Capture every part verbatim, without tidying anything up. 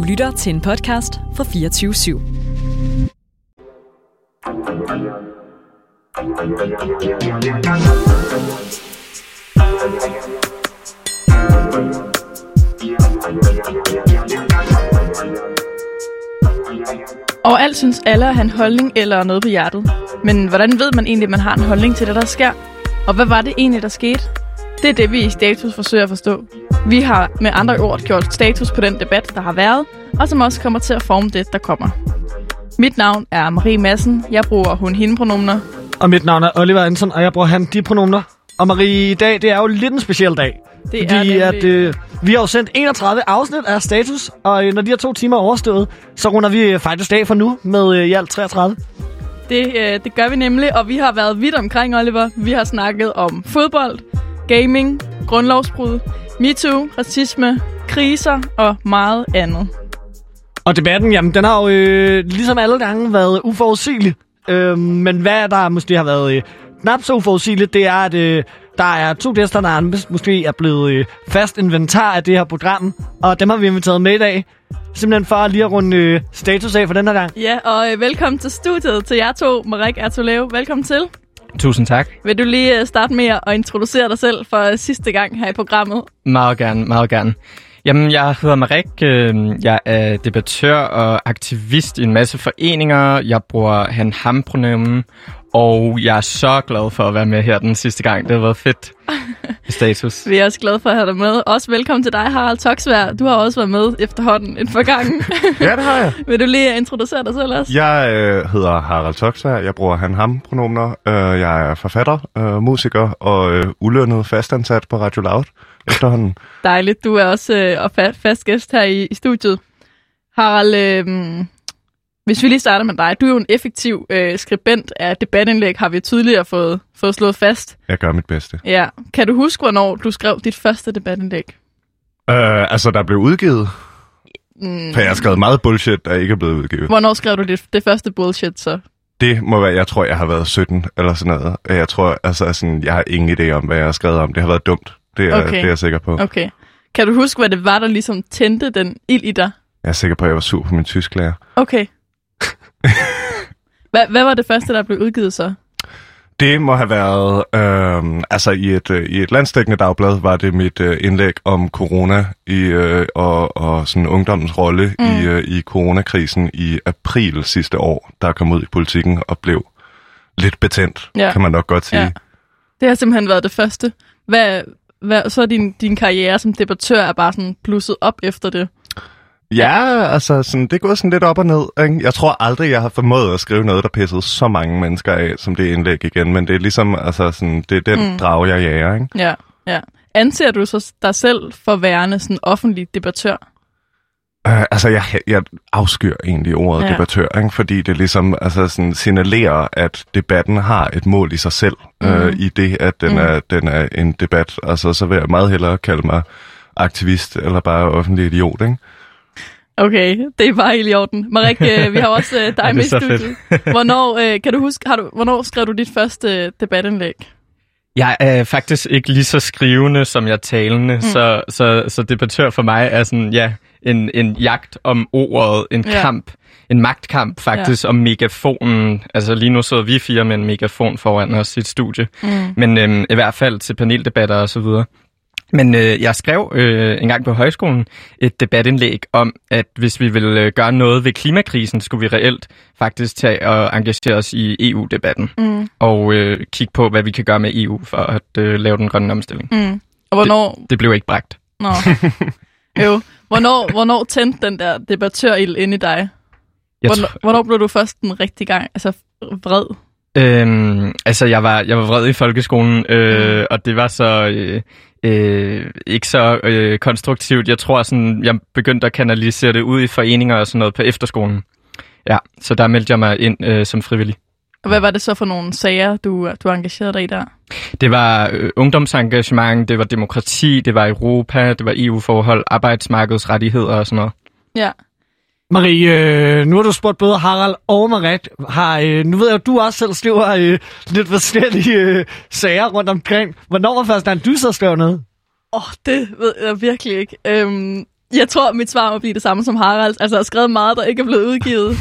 lytter til en podcast fra fireogtyve syv. Overalt synes alle at have en holdning eller noget på hjertet. Men hvordan ved man egentlig, at man har en holdning til det, der sker? Og hvad var det egentlig, der skete? Det er det, vi i Status forsøger at forstå. Vi har med andre ord gjort status på den debat, der har været, og som også kommer til at forme det, der kommer. Mit navn er Marie Madsen. Jeg bruger hun-hende-pronomner. Og mit navn er Oliver Anton, og jeg bruger han-de-pronomner. Og Marie, i dag, det er jo lidt en speciel dag. Det fordi er at, øh, vi har jo sendt enogtredive afsnit af Status, og øh, når de her to timer er overstået, så runder vi øh, faktisk af for nu med øh, i alt treogtredive. Det, øh, det gør vi nemlig, og vi har været vidt omkring, Oliver. Vi har snakket om fodbold, gaming, grundlovsbrud, MeToo, racisme, kriser og meget andet. Og debatten, jamen, den har jo øh, ligesom alle gange været uforudsigelig. Øh, men hvad der måske har været øh, knap så uforudsigeligt, det er, at øh, der er to gæster, der måske er blevet øh, fast inventar af det her program, og dem har vi inviteret med i dag. Simpelthen for lige at runde øh, status af for den her gang. Ja, og øh, velkommen til studiet til jer to, Marek Ertuleu. Velkommen til. Tusind tak. Vil du lige starte med at introducere dig selv for sidste gang her i programmet? Meget gerne, meget gerne. Jamen, jeg hedder Marek. Jeg er debattør og aktivist i en masse foreninger. Jeg bruger han-ham-pronomen. Og jeg er så glad for at være med her den sidste gang. Det har været fedt i Status. Vi er også glade for at have dig med. Også velkommen til dig, Harald Toksvær. Du har også været med efterhånden et par gange. Ja, det har jeg. Vil du lige introducere dig selv også? Jeg øh, hedder Harald Toksvær. Jeg bruger han-ham-pronomner. Øh, jeg er forfatter, øh, musiker og øh, ulønnet fastansat på Radio Loud efterhånden. Dejligt. Du er også øh, fa- fast gæst her i, i studiet. Harald, øh, hvis vi lige starter med dig. Du er jo en effektiv øh, skribent af debatindlæg, har vi tydeligere fået, fået slået fast. Jeg gør mit bedste. Ja. Kan du huske, hvornår du skrev dit første debatindlæg? Øh, altså, der blev udgivet. Mm. For jeg har skrevet meget bullshit, der ikke er blevet udgivet. Hvornår skrev du det, det første bullshit, så? Det må være, jeg tror, jeg har været sytten eller sådan noget. Jeg tror, altså sådan, jeg har ingen idé om, hvad jeg har skrevet om. Det har været dumt. Det er, okay. det er jeg sikker på. Okay. Kan du huske, hvad det var, der ligesom tændte den ild i dig? Jeg er sikker på, at jeg var sur på min tysklærer. Okay. Hvad, hvad var det første, der blev udgivet så? Det må have været, øh, altså i et, øh, i et landsdækkende dagblad, var det mit øh, indlæg om corona i, øh, og, og sådan ungdommens rolle mm. i, øh, i coronakrisen i april sidste år, der kom ud i Politikken og blev lidt betændt, ja. Kan man nok godt sige. Ja. Det har simpelthen været det første. Hvad, hvad, så er din, din karriere som debattør er bare sådan plusset op efter det? Ja, altså sådan, det går sådan lidt op og ned. Ikke? Jeg tror aldrig, jeg har formået at skrive noget, der pissede så mange mennesker af, som det indlæg igen. Men det er ligesom, altså sådan, det er den mm. drage, jeg jager, ikke? Ja, ja. Anser du så dig selv for værende sådan offentlig debattør? Uh, altså, jeg, jeg afskyr egentlig ordet ja. debattør, ikke? Fordi det ligesom altså, sådan, signalerer, at debatten har et mål i sig selv, mm. uh, i det, at den, mm. er, den er en debat. Altså, så vil jeg meget hellere kalde mig aktivist, eller bare offentlig idiot, ikke? Okay, det er bare helt i orden. Marek, øh, vi har også øh, dig med i studiet. Hvornår, øh, kan du huske, har du, hvornår skrev du dit første øh, debatindlæg? Jeg er faktisk ikke lige så skrivende, som jeg er talende, mm. så, så, så debattør for mig er sådan, ja, en, en jagt om ordet, en ja. kamp, en magtkamp faktisk, ja. Om megafonen. Altså lige nu sidder vi fire med en megafon foran os i et studie, mm. men øhm, i hvert fald til paneldebatter og så videre. Men øh, jeg skrev øh, en gang på højskolen et debatindlæg om, at hvis vi ville øh, gøre noget ved klimakrisen, skulle vi reelt faktisk tage og engagere os i E U-debatten. Mm. Og øh, kigge på, hvad vi kan gøre med E U for at øh, lave den grønne omstilling. Mm. Og hvornår... Det, det blev ikke bragt. Nå. jo. Hvornår, hvornår tændte den der debattørild ind i dig? Hvornår, tr- hvornår blev du først den rigtig gang, altså vred? Øhm, altså, jeg var, jeg var vred i folkeskolen, øh, mm. og det var så... Øh, Øh, ikke så øh, konstruktivt. Jeg tror, sådan, jeg begyndte at kanalisere det ud i foreninger og sådan noget på efterskolen. Ja, så der meldte jeg mig ind øh, som frivillig. Og hvad var det så for nogle sager, du, du engagerede dig i der? Det var øh, ungdomsengagement, det var demokrati, det var Europa, det var E U-forhold, arbejdsmarkedsrettigheder og sådan noget. Ja. Marie, øh, nu har du spurgt både Harald og Marek. Har, øh, nu ved jeg, at du også selv skriver øh, lidt forskellige øh, sager rundt omkring. Hvornår var først, da du så skrev noget? Åh, oh, det ved jeg virkelig ikke. Øhm, Jeg tror, mit svar må blive det samme som Harald. Altså, jeg har skrevet meget, der ikke er blevet udgivet.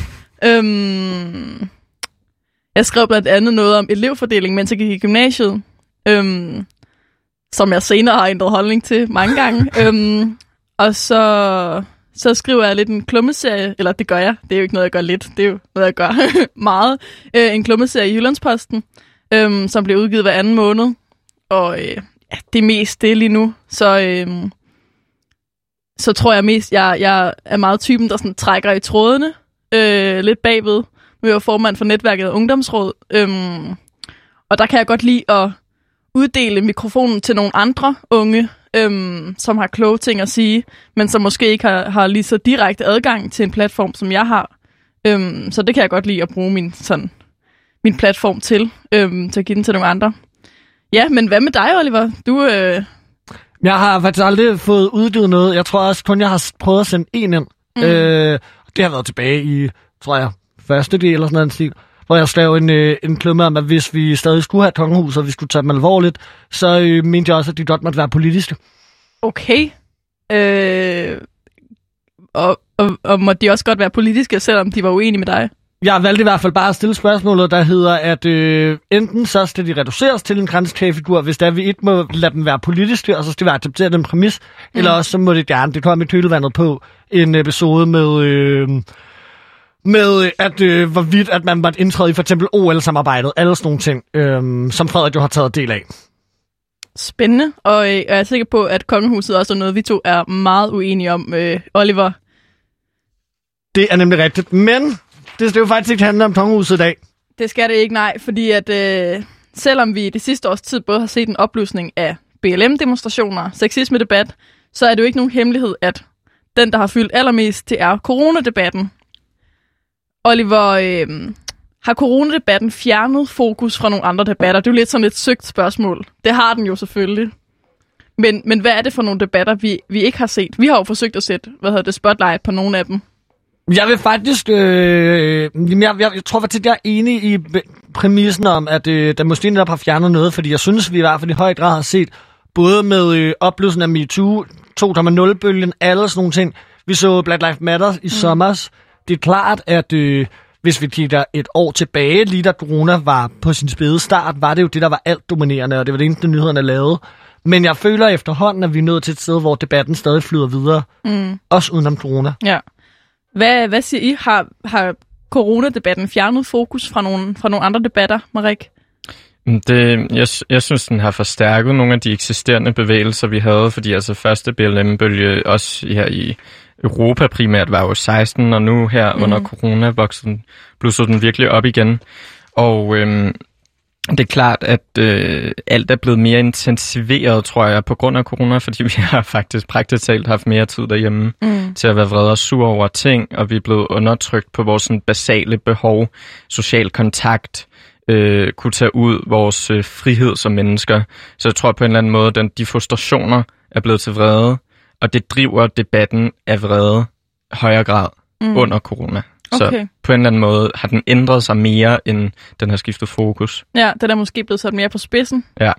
øhm, jeg skrev blandt andet noget om elevfordeling, mens jeg gik i gymnasiet. Øhm, som jeg senere har ændret holdning til mange gange. øhm, og så, så skriver jeg lidt en klummeserie, eller det gør jeg. Det er jo ikke noget, jeg gør lidt. Det er jo noget, jeg gør meget. Øh, en klummeserie i Jyllandsposten, øhm, som bliver udgivet hver anden måned. Og øh, ja, det er mest det lige nu. Så... Øh, så tror jeg mest, jeg, jeg er meget typen, der sådan trækker i trådene øh, lidt bagved. Vi var formand for netværket af Ungdomsråd, øhm, og der kan jeg godt lide at uddele mikrofonen til nogle andre unge, øhm, som har kloge ting at sige, men som måske ikke har, har lige så direkte adgang til en platform, som jeg har. Øhm, så det kan jeg godt lide at bruge min, sådan, min platform til, øhm, til at give den til nogle andre. Ja, men hvad med dig, Oliver? Du... Øh, Jeg har faktisk aldrig fået udgivet noget. Jeg tror også kun, jeg har prøvet at sende en ind. Mm. Øh, det har været tilbage i, tror jeg, første del eller sådan noget stil, hvor jeg skrev en, øh, en klumme om, at hvis vi stadig skulle have kongehus, og vi skulle tage dem alvorligt, så øh, mente jeg også, at de godt måtte være politiske. Okay. Øh, og, og, og måtte de også godt være politiske, selvom de var uenige med dig? Jeg valgte i hvert fald bare at stille spørgsmålet, der hedder, at øh, enten så skal de reduceres til en grænskagefigur, hvis der vi ikke må lade dem være politiske, og så skal vi acceptere den præmis, mm. eller også så må det gerne, det kommer i kølvandet på en episode med, øh, med at øh, hvorvidt at man måtte indtræde i for eksempel O L-samarbejdet, alle sådan nogle ting, øh, som Frederik jo har taget del af. Spændende, og øh, jeg er sikker på, at kongehuset også er noget, vi to er meget uenige om, øh, Oliver. Det er nemlig rigtigt, men... Det skal jo faktisk ikke handle om kongehuset i dag. Det skal det ikke, nej, fordi at øh, selvom vi det sidste års tid både har set en opløsning af B L M-demonstrationer, sexisme-debat, så er det jo ikke nogen hemmelighed, at den, der har fyldt allermest, det er coronadebatten. Oliver, øh, har coronadebatten fjernet fokus fra nogle andre debatter? Det er jo lidt sådan et søgt spørgsmål. Det har den jo selvfølgelig. Men, men hvad er det for nogle debatter, vi, vi ikke har set? Vi har jo forsøgt at sætte, hvad hedder det, spotlight på nogle af dem. Jeg vil faktisk, øh, jeg, jeg, jeg tror faktisk, jeg er enig i præmissen om, at øh, der måske netop har fjernet noget, fordi jeg synes, vi i hvert fald i høj grad har set, både med øh, opløsningen af MeToo, to punkt nul-bølgen, alle sådan nogle ting. Vi så Black Lives Matter i mm. sommers. Det er klart, at øh, hvis vi kigger et år tilbage, lige da corona var på sin spæde start, var det jo det, der var alt dominerende, og det var det eneste, nyhederne lavede. Men jeg føler efterhånden, at vi er nået til et sted, hvor debatten stadig flyder videre, mm. også udenom corona. Ja. Hvad, hvad siger I? Har, har coronadebatten fjernet fokus fra nogle, fra nogle andre debatter, Marik? Det, jeg, jeg synes, den har forstærket nogle af de eksisterende bevægelser, vi havde, fordi altså første B L M-bølge, også her i Europa primært, var jo seksten, og nu her mm. under corona voksede, blussede den virkelig op igen. Og øhm, det er klart, at øh, alt er blevet mere intensiveret, tror jeg, på grund af corona, fordi vi har faktisk praktisk talt haft mere tid derhjemme mm. til at være vrede og sur over ting, og vi er blevet undertrykt på vores sådan, basale behov, social kontakt, øh, kunne tage ud vores øh, frihed som mennesker. Så jeg tror på en eller anden måde, at de frustrationer er blevet til vrede, og det driver debatten af vrede højere grad mm. under corona. Så okay. På en eller anden måde har den ændret sig mere, end den har skiftet fokus. Ja, den er måske blevet sat mere på spidsen. Ja.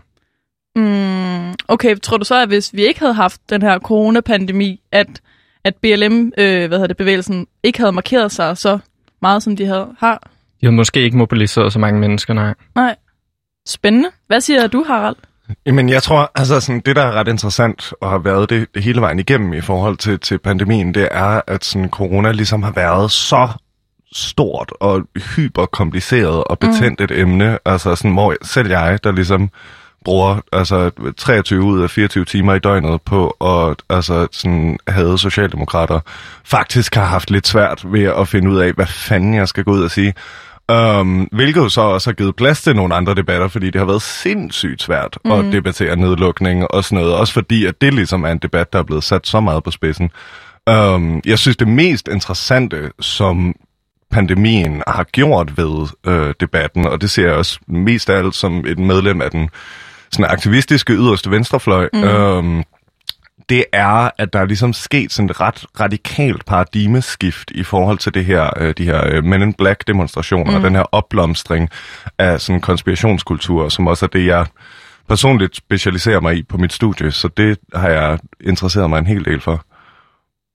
Mm, okay, tror du så, at hvis vi ikke havde haft den her coronapandemi, at, at B L M, øh, hvad hedder det, bevægelsen ikke havde markeret sig så meget, som de havde, har? De har måske ikke mobiliseret så mange mennesker, nej. Nej. Spændende. Hvad siger du, Harald? Jamen, jeg tror, altså sådan, det, der er ret interessant og har været det, det hele vejen igennem i forhold til, til pandemien, det er, at sådan, corona ligesom har været så stort og hyperkompliceret og betændt mm. et emne, altså sådan, hvor selv jeg, der ligesom bruger altså treogtyve ud af fireogtyve timer i døgnet på at altså, sådan, have socialdemokrater, faktisk har haft lidt svært ved at finde ud af, hvad fanden jeg skal gå ud og sige. Um, hvilket jo så også har givet plads til nogle andre debatter, fordi det har været sindssygt svært mm. at debattere nedlukning og sådan noget. Også fordi, at det ligesom er en debat, der er blevet sat så meget på spidsen. Um, jeg synes, det mest interessante, som pandemien har gjort ved øh, debatten, og det ser jeg også mest af alt som et medlem af den sådan aktivistiske yderste venstrefløj, mm. um, det er, at der er ligesom sket sådan et ret radikalt paradigmeskift i forhold til det her, øh, de her øh, Men in Black-demonstrationer, mm. og den her opblomstring af sådan konspirationskultur, som også er det, jeg personligt specialiserer mig i på mit studie, så det har jeg interesseret mig en hel del for.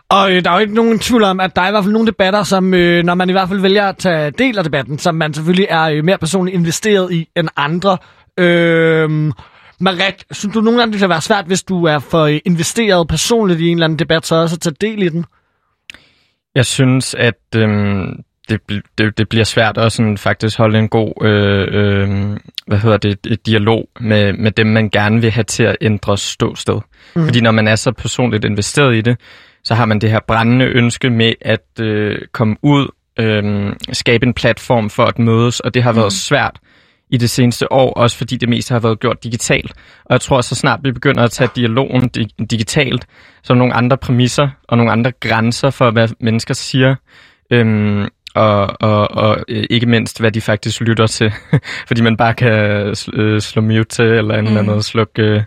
Og øh, der er jo ikke nogen tvivl om, at der er i hvert fald nogle debatter, som øh, når man i hvert fald vælger at tage del af debatten, som man selvfølgelig er øh, mere personligt investeret i end andre. Øh, Marek, synes du nogle gange, det kan være svært, hvis du er for øh, investeret personligt i en eller anden debat, så også at tage del i den? Jeg synes, at øh, det, det, det bliver svært at sådan, faktisk holde en god øh, øh, hvad hedder det, et dialog med, med dem, man gerne vil have til at ændre ståsted. Mm. Fordi når man er så personligt investeret i det, så har man det her brændende ønske med at øh, komme ud, øh, skabe en platform for at mødes, og det har været mm. svært i det seneste år, også fordi det meste har været gjort digitalt. Og jeg tror, så snart vi begynder at tage dialogen di- digitalt, så er der nogle andre præmisser og nogle andre grænser for, hvad mennesker siger, øhm, og, og, og ikke mindst, hvad de faktisk lytter til. Fordi man bare kan sl- øh, slå mute til, eller en mm. eller andet slukke øh,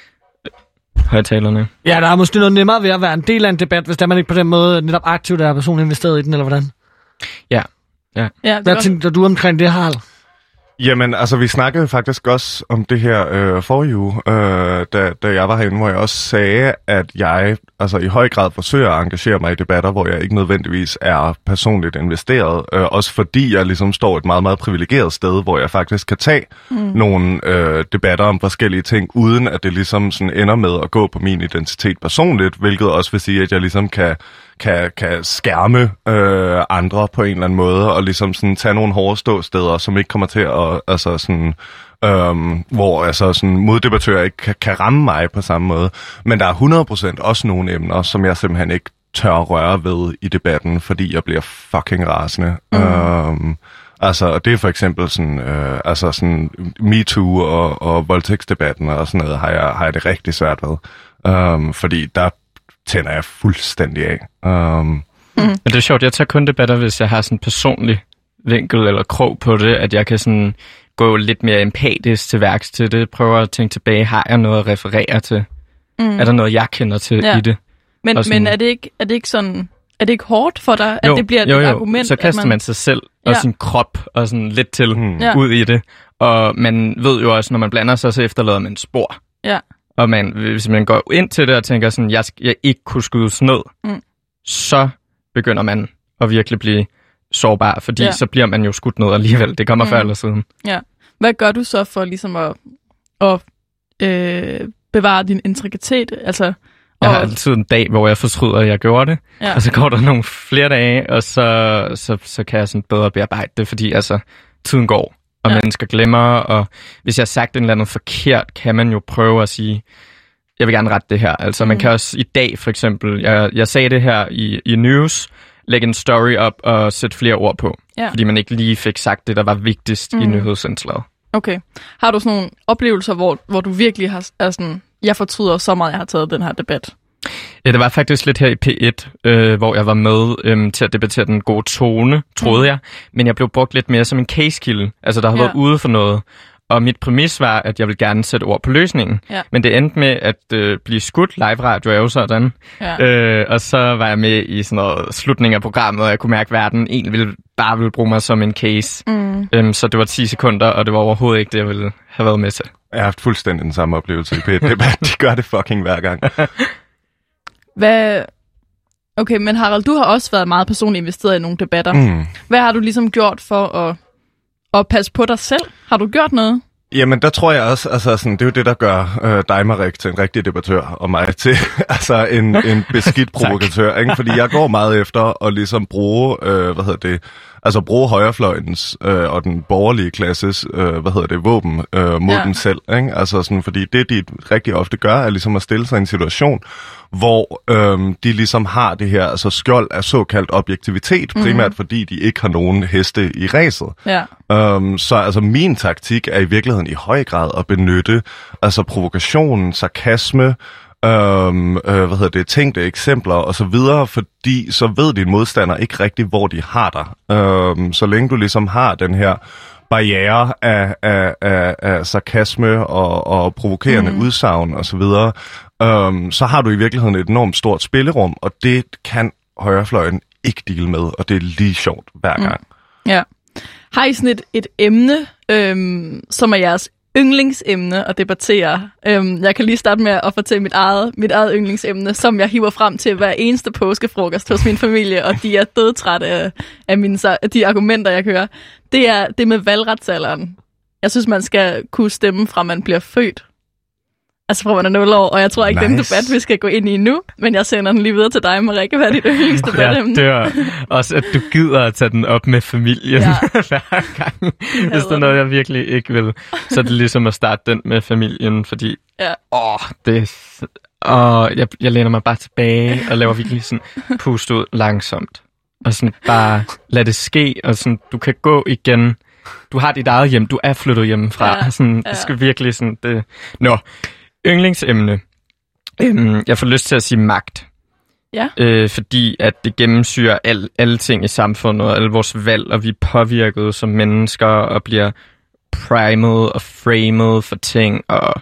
højtalerne. Ja, der er måske noget nemmere ved at være en del af en debat, hvis der man ikke på den måde netop aktivt er personligt investeret i den, eller hvordan? Ja. ja. ja hvad tænker du omkring det, Harald? Jamen, altså, vi snakkede faktisk også om det her øh, forrige uge, øh, da, da jeg var herinde, hvor jeg også sagde, at jeg altså i høj grad forsøger at engagere mig i debatter, hvor jeg ikke nødvendigvis er personligt investeret. Øh, også fordi jeg ligesom står et meget, meget privilegeret sted, hvor jeg faktisk kan tage mm. nogle øh, debatter om forskellige ting, uden at det ligesom sådan ender med at gå på min identitet personligt, hvilket også vil sige, at jeg ligesom kan... Kan, kan skærme øh, andre på en eller anden måde, og ligesom sådan tage nogle hårde ståsteder, som ikke kommer til at, altså sådan, øhm, hvor altså sådan moddebattører ikke kan, kan ramme mig på samme måde. Men der er hundrede procent også nogle emner, som jeg simpelthen ikke tør røre ved i debatten, fordi jeg bliver fucking rasende. Mm. Øhm, altså, og det er for eksempel sådan, øh, altså sådan MeToo og, og voldtægtsdebatten og sådan noget, har jeg, har jeg det rigtig svært ved. Øhm, fordi der tænder jeg fuldstændig af. Um... Mm. Men det er sjovt, jeg tager kun debatter, hvis jeg har sådan en personlig vinkel eller krog på det, at jeg kan sådan gå lidt mere empatisk til værks til det, prøve at tænke tilbage, har jeg noget at referere til? Mm. Er der noget, jeg kender til ja. i det? Men, sådan... men er, det ikke, er det ikke sådan, er det ikke hårdt for dig, jo, at det bliver jo, et jo. argument? Så kaster man... man sig selv og ja. sin krop og sådan lidt til mm. ud i det. Og man ved jo også, når man blander sig, så efterlader man spor. Ja. Og man, hvis man går ind til det og tænker sådan, jeg, jeg ikke kunne skydes ned, mm. så begynder man at virkelig blive sårbar, fordi ja. så bliver man jo skudt ned alligevel. Det kommer mm. før eller siden. Ja. Hvad gør du så for ligesom at, at øh, bevare din integritet? Altså, jeg har altid en dag, hvor jeg fortryder, at jeg gjorde det, ja. og så går der nogle flere dage, og så, så, så kan jeg sådan bedre bearbejde det, fordi altså, tiden går. Og ja. mennesker glemmer, og hvis jeg har sagt en eller anden forkert, kan man jo prøve at sige, jeg vil gerne rette det her. Altså mm. man kan også i dag for eksempel, jeg, jeg sagde det her i, i news, lægge en story op og sætte flere ord på. Ja. Fordi man ikke lige fik sagt det, der var vigtigst mm. i nyhedsindslaget. Okay. Har du sådan nogle oplevelser, hvor, hvor du virkelig har, er sådan, jeg fortryder så meget, jeg har taget den her debat? Ja, det var faktisk lidt her i P et, øh, hvor jeg var med øh, til at debattere den gode tone, troede mm. jeg. Men jeg blev brugt lidt mere som en case-kilde. Altså, der har ja. været ude for noget. Og mit præmis var, at jeg ville gerne sætte ord på løsningen. Ja. Men det endte med at øh, blive skudt. Live-radio er jo sådan. Ja. Øh, og så var jeg med i sådan noget slutning af programmet, og jeg kunne mærke, at verden egentlig ville, bare ville bruge mig som en case. Mm. Øhm, så det var ti sekunder, og det var overhovedet ikke det, jeg ville have været med til. Jeg har haft fuldstændig den samme oplevelse i P et-debat. De gør det fucking hver gang. Hvad... Okay, men Harald, du har også været meget personligt investeret i nogle debatter. Mm. Hvad har du ligesom gjort for at, at passe på dig selv? Har du gjort noget? Jamen, der tror jeg også, altså sådan, det er jo det, der gør øh, dig, Marek, til en rigtig debattør, og mig til altså en, en beskidt provokatør, ikke? Fordi jeg går meget efter at ligesom bruge, øh, hvad hedder det, altså bruge højrefløjens øh, og den borgerlige klasses, øh, hvad hedder det, våben øh, mod ja. dem selv, ikke? Altså sådan, fordi det, de rigtig ofte gør, er ligesom at stille sig i en situation, hvor øhm, de ligesom har det her altså skjold af såkaldt objektivitet, primært mm-hmm. fordi de ikke har nogen heste i ræset. Ja. Øhm, så altså min taktik er i virkeligheden i høj grad at benytte altså provokation, sarkasme, øhm, øh, hvad hedder det, tænkte eksempler og så videre, fordi så ved din modstander ikke rigtigt, hvor de har dig. Øhm, så længe du ligesom har den her barriere af, af, af, af sarkasme og, og provokerende mm. udsagn og så videre, um, så har du i virkeligheden et enormt stort spillerum, og det kan højrefløjen ikke deal med, og det er lige sjovt hver gang. Mm. Ja. Har I sådan et, et emne, øhm, som er jeres yndlingsemne at debattere. Øhm, jeg kan lige starte med at fortælle mit eget, mit eget yndlingsemne, som jeg hiver frem til hver eneste påskefrokost hos min familie, og de er dødtrætte af, af mine, de argumenter, jeg kører. Det er det med valgretsalderen. Jeg synes, man skal kunne stemme fra, man bliver født. Altså fra man er nul år, og jeg tror ikke, nice. Den debat, vi skal gå ind i nu, men jeg sender den lige videre til dig, Marika. Hvad er dit yndlingsdebat? Jeg dør. Også at du gider at tage den op med familien ja. hver gang. Hvis det er noget, jeg virkelig ikke vil, så er det ligesom at starte den med familien, fordi ja. åh, det åh, jeg, jeg læner mig bare tilbage og laver virkelig sådan pust ud langsomt. Og sådan bare lad det ske, og sådan, du kan gå igen. Du har dit eget hjem, du er flyttet hjemmefra. Ja. Sådan, det skal virkelig sådan... Det... Nå, yndlingsemne. Øhm, jeg får lyst til at sige magt. Ja. Øh, fordi at det gennemsyrer al, alle ting i samfundet, og alle vores valg, og vi er påvirket som mennesker, og bliver primet og framed for ting, og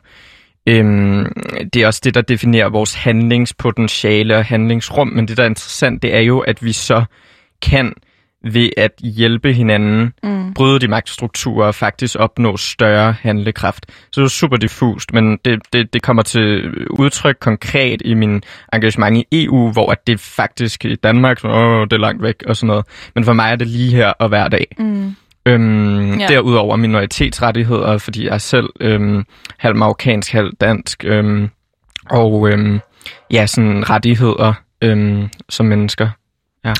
øhm, det er også det, der definerer vores handlingspotentiale og handlingsrum. Men det, der er interessant, det er jo, at vi så kan ved at hjælpe hinanden, mm. bryde de magtstrukturer og faktisk opnå større handlekraft. Så det er super diffust, men det, det, det kommer til udtryk konkret i min engagement i E U, hvor at det faktisk i Danmark, åh, det er langt væk og sådan noget. Men for mig er det lige her og hver dag. Mm. Øhm, ja. Derudover minoritetsrettigheder, fordi jeg er selv øhm, halv marokkansk, halv dansk, øhm, og øhm, ja, sådan rettigheder øhm, som mennesker. Ja.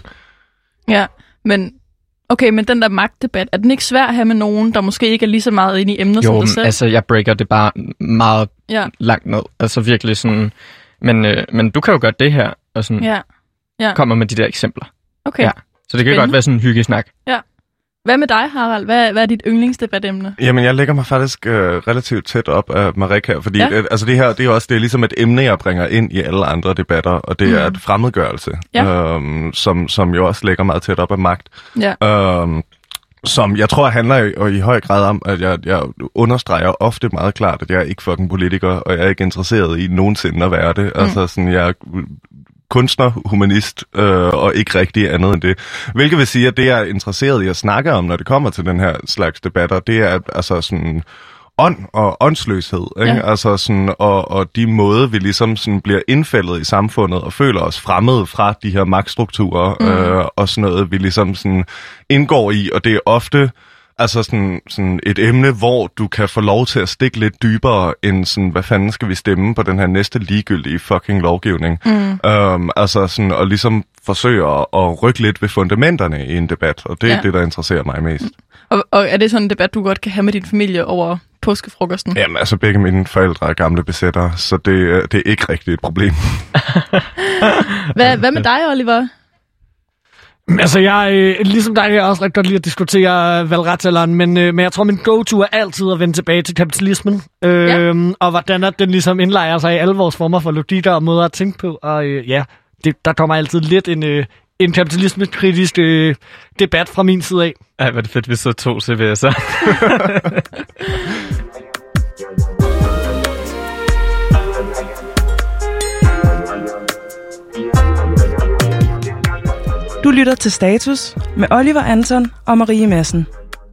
Ja. Men okay, men den der magtdebat, er den ikke svær at have med nogen, der måske ikke er lige så meget inde i emner jo, som dig selv? altså jeg breaker det bare meget ja. langt ned. Altså virkelig sådan, men, øh, men du kan jo gøre det her, og sådan ja. Ja. kommer med de der eksempler. Okay. Ja. Så det kan Spændende. godt være sådan en hyggesnak. Ja. Hvad med dig, Harald? Hvad, hvad er dit yndlingsdebatemne? Jamen, jeg lægger mig faktisk øh, relativt tæt op af Marika, fordi ja. øh, altså det her, det er også det er ligesom et emne, jeg bringer ind i alle andre debatter, og det mm. er et fremmedgørelse, ja. øhm, som, som jo også lægger meget tæt op af magt. Ja. Øhm, som jeg tror handler i, i høj grad om, at jeg, jeg understreger ofte meget klart, at jeg er ikke fucking politiker, og jeg er ikke interesseret i nogensinde at være det. Mm. Altså sådan, jeg kunstner, humanist, øh, og ikke rigtig andet end det. Hvilket vil sige, at det, jeg er interesseret i at snakke om, når det kommer til den her slags debatter, det er altså sådan ånd og åndsløshed, ikke? Ja. Altså sådan, og, og de måder, vi ligesom sådan bliver indfældet i samfundet og føler os fremmede fra de her magtstrukturer, mm. øh, og sådan noget, vi ligesom sådan indgår i, og det er ofte altså sådan, sådan et emne, hvor du kan få lov til at stikke lidt dybere end sådan, hvad fanden skal vi stemme på den her næste ligegyldige fucking lovgivning. Mm. Øhm, altså sådan, og ligesom forsøge at, at rykke lidt ved fundamenterne i en debat, og det er ja. det, der interesserer mig mest. Og, og er det sådan en debat, du godt kan have med din familie over påskefrokosten? Jamen, altså begge mine forældre er gamle besættere, så det, det er ikke rigtig et problem. hvad, hvad med dig, Oliver? Altså, jeg øh, ligesom dig, jeg er også rigtig godt lide at diskutere øh, valgretsalderen, men, øh, men jeg tror, min go-to er altid at vende tilbage til kapitalismen, øh, ja. og hvordan at den ligesom indlejer sig i alle vores former for logikker og måder at tænke på, og øh, ja, det, der kommer altid lidt en, øh, en kapitalismekritisk øh, debat fra min side af. Ej, hvor er det fedt, vi så to C V S'er. Du lytter til Status med Oliver Anton og Marie Madsen.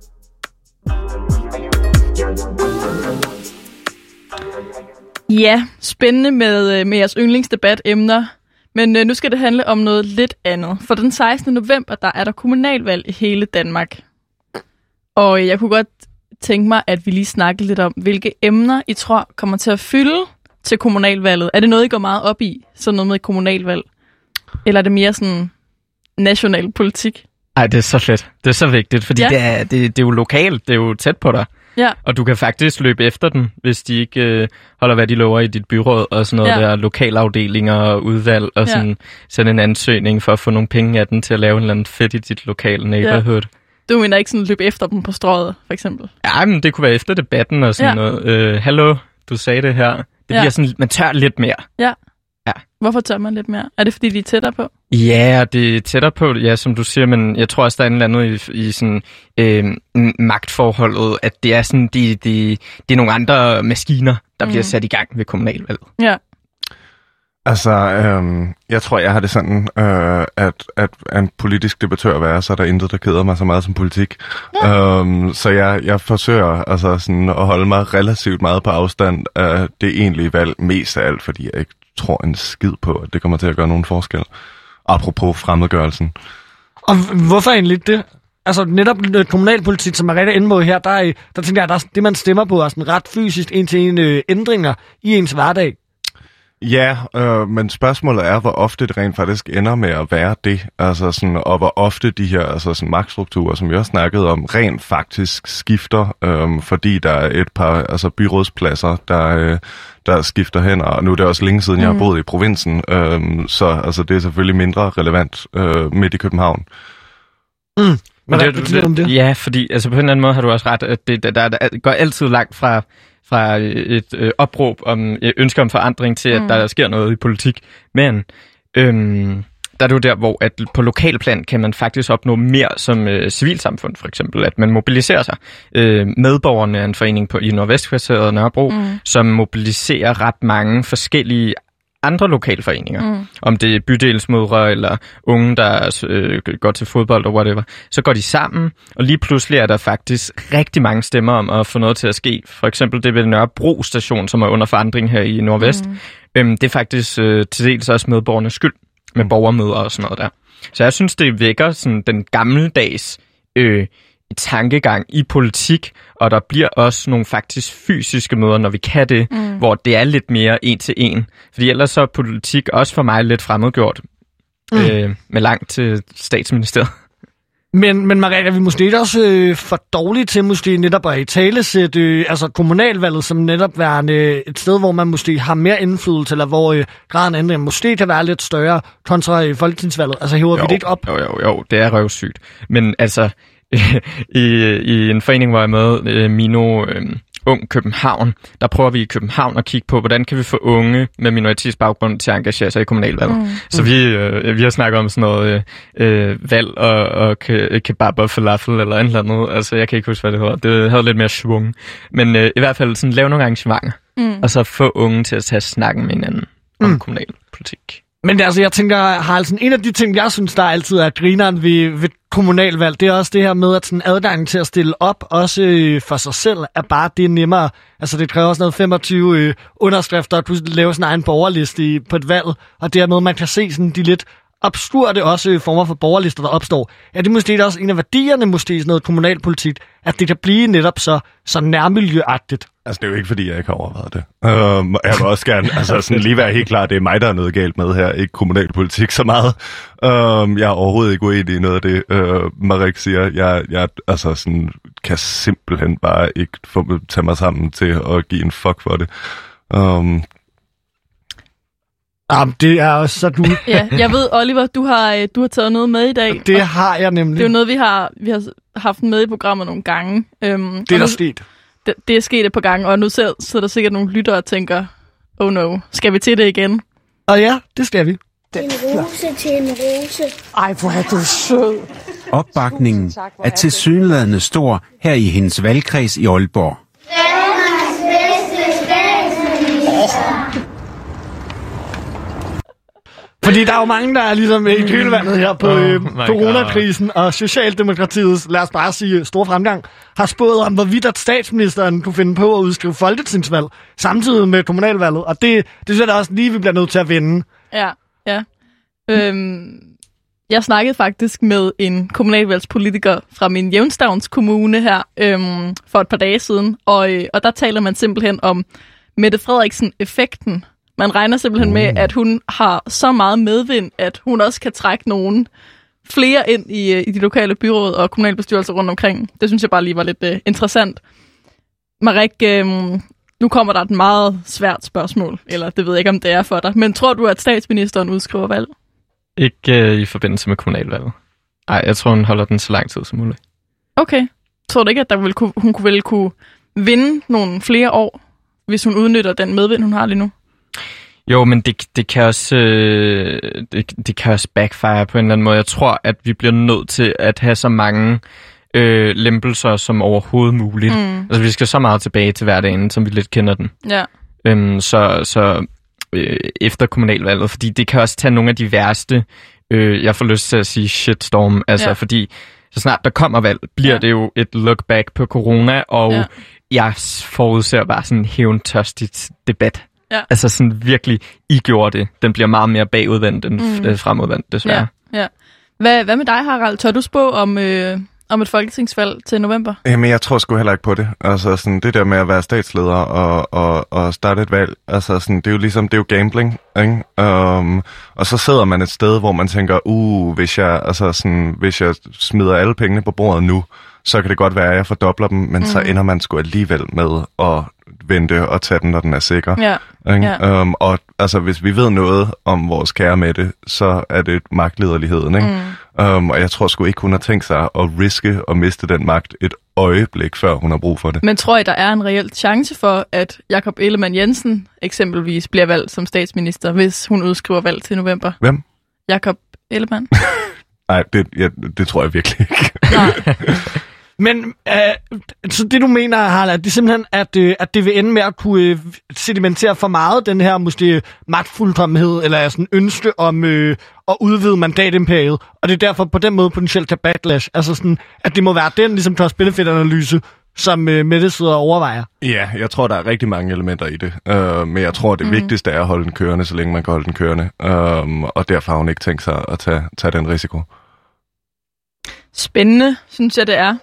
Ja, spændende med, med jeres yndlingsdebatemner. Men øh, nu skal det handle om noget lidt andet. For den sekstende november, der er der kommunalvalg i hele Danmark. Og jeg kunne godt tænke mig, at vi lige snakker lidt om, hvilke emner I tror kommer til at fylde til kommunalvalget. Er det noget, I går meget op i, sådan noget med kommunalvalg? Eller er det mere sådan national politik? Ej, det er så fedt. Det er så vigtigt, fordi ja. det, er, det, det er jo lokalt, det er jo tæt på dig. Ja. Og du kan faktisk løbe efter den, hvis de ikke øh, holder, hvad de lover i dit byråd, og sådan noget ja. der lokalafdelinger og udvalg, og sådan ja. sende en ansøgning for at få nogle penge af den til at lave en eller anden fedt i dit lokale neighborhood. Ja. Du mener ikke sådan løbe efter dem på strøget, for eksempel? Ja, men det kunne være efter debatten og sådan ja. noget. Øh, Hallo, du sagde det her. Det ja. bliver sådan, man tør lidt mere. Ja. Ja. Hvorfor tør man lidt mere? Er det, fordi de er tættere på? Ja, det er tættere på, ja, som du siger, men jeg tror også, der er en eller andet i, i sådan, øh, magtforholdet, at det er sådan, de, de, det er nogle andre maskiner, der mm. bliver sat i gang ved kommunalvalget. Ja. Altså, øhm, jeg tror, jeg har det sådan, øh, at, at en politisk debattør være, så er der intet, der keder mig så meget som politik. Ja. Øhm, så jeg, jeg forsøger altså sådan at holde mig relativt meget på afstand af det egentlige valg, mest af alt, fordi jeg ikke tror en skid på, at det kommer til at gøre nogen forskel. Apropos fremmedgørelsen. Og hvorfor egentlig det? Altså netop kommunalpolitik, som er rigtig inde på her, der, der tænker jeg, at det, man stemmer på, er sådan ret fysisk en til en øh, ændringer i ens hverdag. Ja, øh, men spørgsmålet er, hvor ofte det rent faktisk ender med at være det, altså sådan, og hvor ofte de her altså sådan magtstrukturer, som vi også snakkede om, rent faktisk skifter, øh, fordi der er et par altså byrådspladser, der, øh, der skifter hen, og nu er det også længe siden, jeg har boet i provinsen, øh, så altså, det er selvfølgelig mindre relevant øh, midt i København. Mm. Men det, det, det, det? Ja, fordi altså, på en eller anden måde har du også ret, at det, der, der, der går altid langt fra fra et øh, opråb om et ønske om forandring til, at mm. der sker noget i politik. Men øhm, der er det jo der, hvor at på lokalplan kan man faktisk opnå mere som øh, civilsamfund, for eksempel, at man mobiliserer sig. Øh, medborgerne er en forening på, i Nordvestkvarteret Nørrebro, mm. som mobiliserer ret mange forskellige andre lokalforeninger, mm. om det er bydelsmødre eller unge, der øh, går til fodbold og whatever, så går de sammen, og lige pludselig er der faktisk rigtig mange stemmer om at få noget til at ske. For eksempel det ved Nørrebro station, som er under forandring her i Nordvest. Mm. Øhm, det er faktisk øh, til dels også medborgernes skyld, med borgermøder og sådan noget der. Så jeg synes, det vækker sådan den gammeldags øh, tankegang i politik, og der bliver også nogle faktisk fysiske møder, når vi kan det, mm. hvor det er lidt mere en til en. Fordi ellers så er politik også for mig lidt fremmedgjort, mm. øh, med langt til statsministeriet. Men, men Maria, er vi måske også øh, for dårlige til måske netop at italesætte øh, altså kommunalvalget som netop værende et sted, hvor man måske har mere indflydelse, eller hvor øh, graden af ændring måske kan være lidt større kontra øh, folketingsvalget? Altså hæver jo, vi det ikke op? Jo, jo, jo, det er røvsygt. Men altså, i, i en forening, hvor jeg er med, øh, Mino øh, Ung København, der prøver vi i København at kigge på, hvordan kan vi få unge med minoritetsbaggrund til at engagere sig i kommunalvalget. Mm. Så vi, øh, vi har snakket om sådan noget øh, valg og, og ke- kebab og falafel eller et eller andet. Altså, jeg kan ikke huske, hvad det hedder. Det havde lidt mere schwung. Men øh, i hvert fald sådan, lave nogle arrangementer, mm. og så få unge til at tage snakken med hinanden om mm. kommunalpolitik. Men altså, jeg tænker, Haraldsen, en af de ting, jeg synes, der altid er grineren ved, ved kommunalvalg, det er også det her med, at sådan adgangen til at stille op, også øh, for sig selv, er bare det nemmere. Altså, det kræver også noget femogtyve øh, underskrifter, at du laver sådan en egen borgerliste i, på et valg, og dermed man kan se sådan de lidt obskure også former for borgerlister, der opstår. Er det måske også en af værdierne, måske i sådan noget kommunalpolitik, at det kan blive netop så, så nærmiljøagtigt? Altså, det er jo ikke, fordi jeg ikke har overvejet det. Uh, jeg vil også gerne altså, sådan lige være helt klar, det er mig, der er noget galt med her, ikke kommunalpolitik så meget. Uh, jeg er overhovedet ikke uenig i noget af det, uh, Marek siger. Jeg, jeg altså, sådan, kan simpelthen bare ikke få, tage mig sammen til at give en fuck for det. Um, Jamen, det er også så du... Ja, jeg ved, Oliver, du har, du har taget noget med i dag. Det har jeg nemlig. Det er jo noget, vi har, vi har haft med i programmet nogle gange. Øhm, det er der sket. Det, det er sket et par gange, og nu sidder, sidder der sikkert nogle lyttere og tænker, oh no, skal vi til det igen? Og ja, det skal vi. En rose til en rose. Ej, hvor er du sød. Opbakningen er tilsyneladende stor her i hendes valgkreds i Aalborg. Danmarks bedste statsminister. Fordi der er jo mange, der er ligesom i kølvandet her på øh, coronakrisen, og Socialdemokratiets, lad os bare sige, store fremgang, har spået om, hvorvidt at statsministeren kunne finde på at udskrive folketingsvalg, samtidig med kommunalvalget. Og det, det synes jeg da også lige, vi bliver nødt til at vinde. Ja, ja. Øhm, jeg snakkede faktisk med en kommunalvalgspolitiker fra min Jævnstavns kommune her øhm, for et par dage siden, og, øh, og der taler man simpelthen om Mette Frederiksen-effekten. Man regner simpelthen med, at hun har så meget medvind, at hun også kan trække nogen flere ind i, i de lokale byråd og kommunalbestyrelser rundt omkring. Det synes jeg bare lige var lidt uh, interessant. Marek, øh, nu kommer der et meget svært spørgsmål, eller det ved jeg ikke, om det er for dig. Men tror du, at statsministeren udskriver valg? Ikke uh, i forbindelse med kommunalvalget. Nej, jeg tror, hun holder den så lang tid som muligt. Okay. Tror du ikke, at der vil kunne, hun kunne vel kunne vinde nogle flere år, hvis hun udnytter den medvind, hun har lige nu? Jo, men det, det, kan også, øh, det, det kan også backfire på en eller anden måde. Jeg tror, at vi bliver nødt til at have så mange øh, lempelser som overhovedet muligt. Mm. Altså, vi skal så meget tilbage til hverdagen, som vi lidt kender den. Ja. Øhm, så, så øh, efter kommunalvalget, fordi det kan også tage nogle af de værste, øh, jeg får lyst til at sige shitstorm, altså ja. fordi så snart der kommer valg, bliver ja. det jo et look back på corona, og ja. jeg forudser bare sådan en hævntørstig debat. Ja. Altså sådan virkelig, I gjorde det. Den bliver meget mere bagudvendt end mm. fremudvendt, desværre. Ja. Ja. Hvad, hvad med dig, Harald? Tør du spå om... Øh om et folketingsvalg til november? Jamen, jeg tror sgu heller ikke på det. Altså, sådan, det der med at være statsleder og, og, og starte et valg, altså, sådan, det er jo ligesom, det er jo gambling, ikke? Um, og så sidder man et sted, hvor man tænker, uh, hvis jeg, altså, sådan, hvis jeg smider alle pengene på bordet nu, så kan det godt være, at jeg fordobler dem, men mm. så ender man sgu alligevel med at vente og tage den, når den er sikker. Ja. Ja. Um, og altså, hvis vi ved noget om vores kære Mette, så er det magtlederligheden, ikke? Mm. Um, og jeg tror sgu ikke, hun har tænkt sig at riske og miste den magt et øjeblik, før hun har brug for det. Men tror I, der er en reel chance for, at Jakob Ellemann-Jensen eksempelvis bliver valgt som statsminister, hvis hun udskriver valg til november? Hvem? Jakob Ellemann. Nej, det, ja, det tror jeg virkelig ikke. Nej. Men øh, så det du mener, Harald, det er simpelthen, at, øh, at det vil ende med at kunne øh, sedimentere for meget den her måske magtfuldkommenhed, eller sådan ønske om øh, at udvide mandatimperiet, og det er derfor på den måde potentielt til backlash. Altså sådan, at det må være den ligesom cost-benefit-analyse, som øh, Mette sidder og overvejer. Ja, jeg tror, der er rigtig mange elementer i det, uh, men jeg tror, det mm. vigtigste er at holde den kørende, så længe man kan holde den kørende, um, og derfor har hun ikke tænkt sig at tage, tage den risiko. Spændende, synes jeg, det er.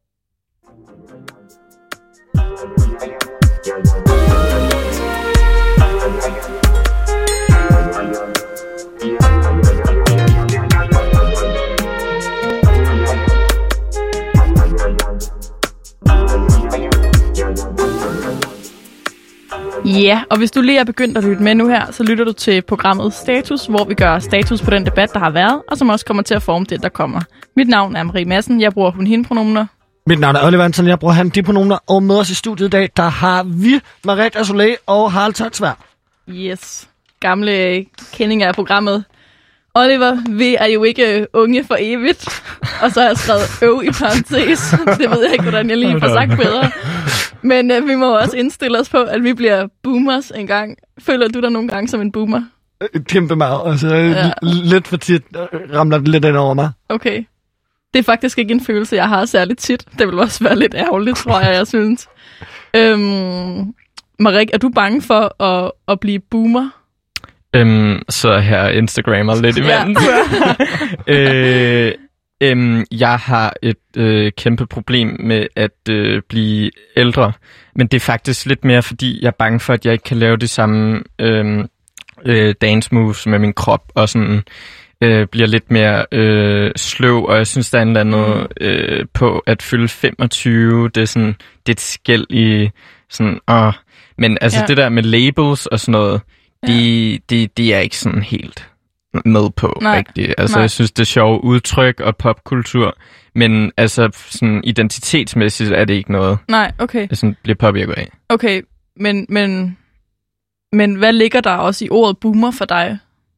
Ja, og hvis du lige er begyndt at lytte med nu her, så lytter du til programmet Status, hvor vi gør status på den debat, der har været, og som også kommer til at forme det, der kommer. Mit navn er Marie Madsen, jeg bruger hun-hende-pronomener. Mit navn er Oliver Anton, jeg bruger han-de-pronomener, og med os i studiet i dag, der har vi Merete Azoulay og Harald Totsvær. Yes, gamle kendinger af programmet. Oliver, vi er jo ikke unge for evigt, og så har jeg skrevet øv i parentes. Det ved jeg ikke, hvordan jeg lige får sagt bedre. Men øh, vi må også indstille os på, at vi bliver boomers en gang. Føler du dig nogle gange som en boomer? Kæmpe meget. Altså, ja. Lidt for tit ramler det lidt ind over mig. Okay. Det er faktisk ikke en følelse, jeg har særligt tit. Det vil også være lidt ærgerligt, tror jeg, jeg synes. Øhm, Marik, er du bange for at, at blive boomer? Øhm, så her Instagrammer lidt imens. Ja. øh, øhm, jeg har et øh, kæmpe problem med at øh, blive ældre, men det er faktisk lidt mere, fordi jeg er bange for, at jeg ikke kan lave de samme øh, øh, dance moves med min krop, og sådan øh, bliver lidt mere øh, sløv, og jeg synes, der er en eller andet øh, på at fylde femogtyve. Det er sådan, det er et skæld i sådan, åh. Men altså ja. Det der med labels og sådan noget, Det, det, det er ikke sådan helt med på, Nej. rigtigt. Altså, Nej. Jeg synes, det er sjovt udtryk og popkultur, men altså, sådan identitetsmæssigt er det ikke noget, Nej, okay. jeg sådan bliver påvirket af. Okay, men, men, men hvad ligger der også i ordet boomer for dig?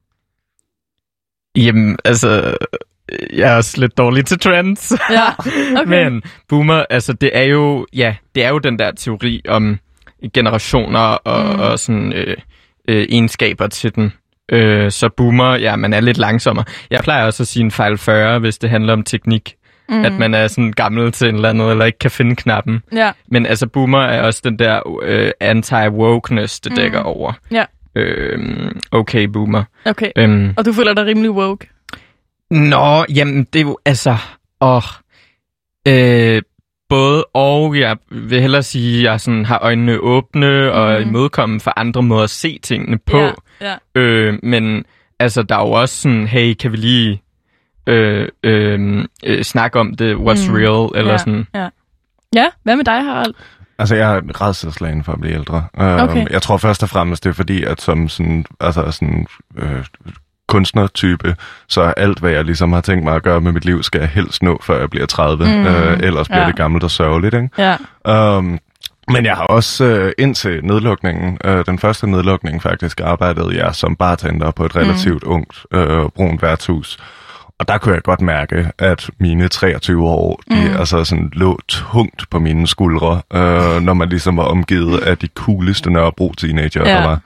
Jamen, altså, jeg er også lidt dårlig til trends. Ja, okay. Men boomer, altså, det er jo, ja, det er jo den der teori om generationer og, mm. og sådan... Øh, Øh, egenskaber til den. Øh, så boomer, ja, man er lidt langsommere. Jeg plejer også at sige en fejl fyrre, hvis det handler om teknik. Mm. At man er sådan gammel til en eller andet, eller ikke kan finde knappen. Ja. Men altså, boomer er også den der øh, anti-wokeness, det dækker mm. over. Ja. Øh, okay, boomer. Okay, øhm. og du føler dig rimelig woke? Nå, jamen, det er jo, altså... Åh, øh, Både og, jeg vil hellere sige, at jeg sådan har øjnene åbne og mm. imødekomme for andre måder at se tingene på. Ja, ja. Øh, men altså, der er jo også sådan, hey, kan vi lige øh, øh, øh, snakke om det, what's mm. real, eller ja, sådan. Ja. ja, hvad med dig, Harald? Altså, jeg er rædselsslagen for at blive ældre. Okay. Uh, jeg tror først og fremmest, det er fordi, at som sådan, altså sådan... Øh, kunstnertype, så alt, hvad jeg ligesom har tænkt mig at gøre med mit liv, skal jeg helst nå, før jeg bliver tredive. Mm. Øh, ellers bliver ja. det gammelt og sørgeligt, ikke? Ja. Um, men jeg har også øh, indtil nedlukningen, øh, den første nedlukning faktisk, arbejdede jeg som bartender på et relativt mm. ungt øh, brunt værtshus. Og der kunne jeg godt mærke, at mine treogtyve år, de mm. altså sådan lå tungt på mine skuldre, øh, når man ligesom var omgivet af de cooleste Nørrebro-teenager, ja. der var.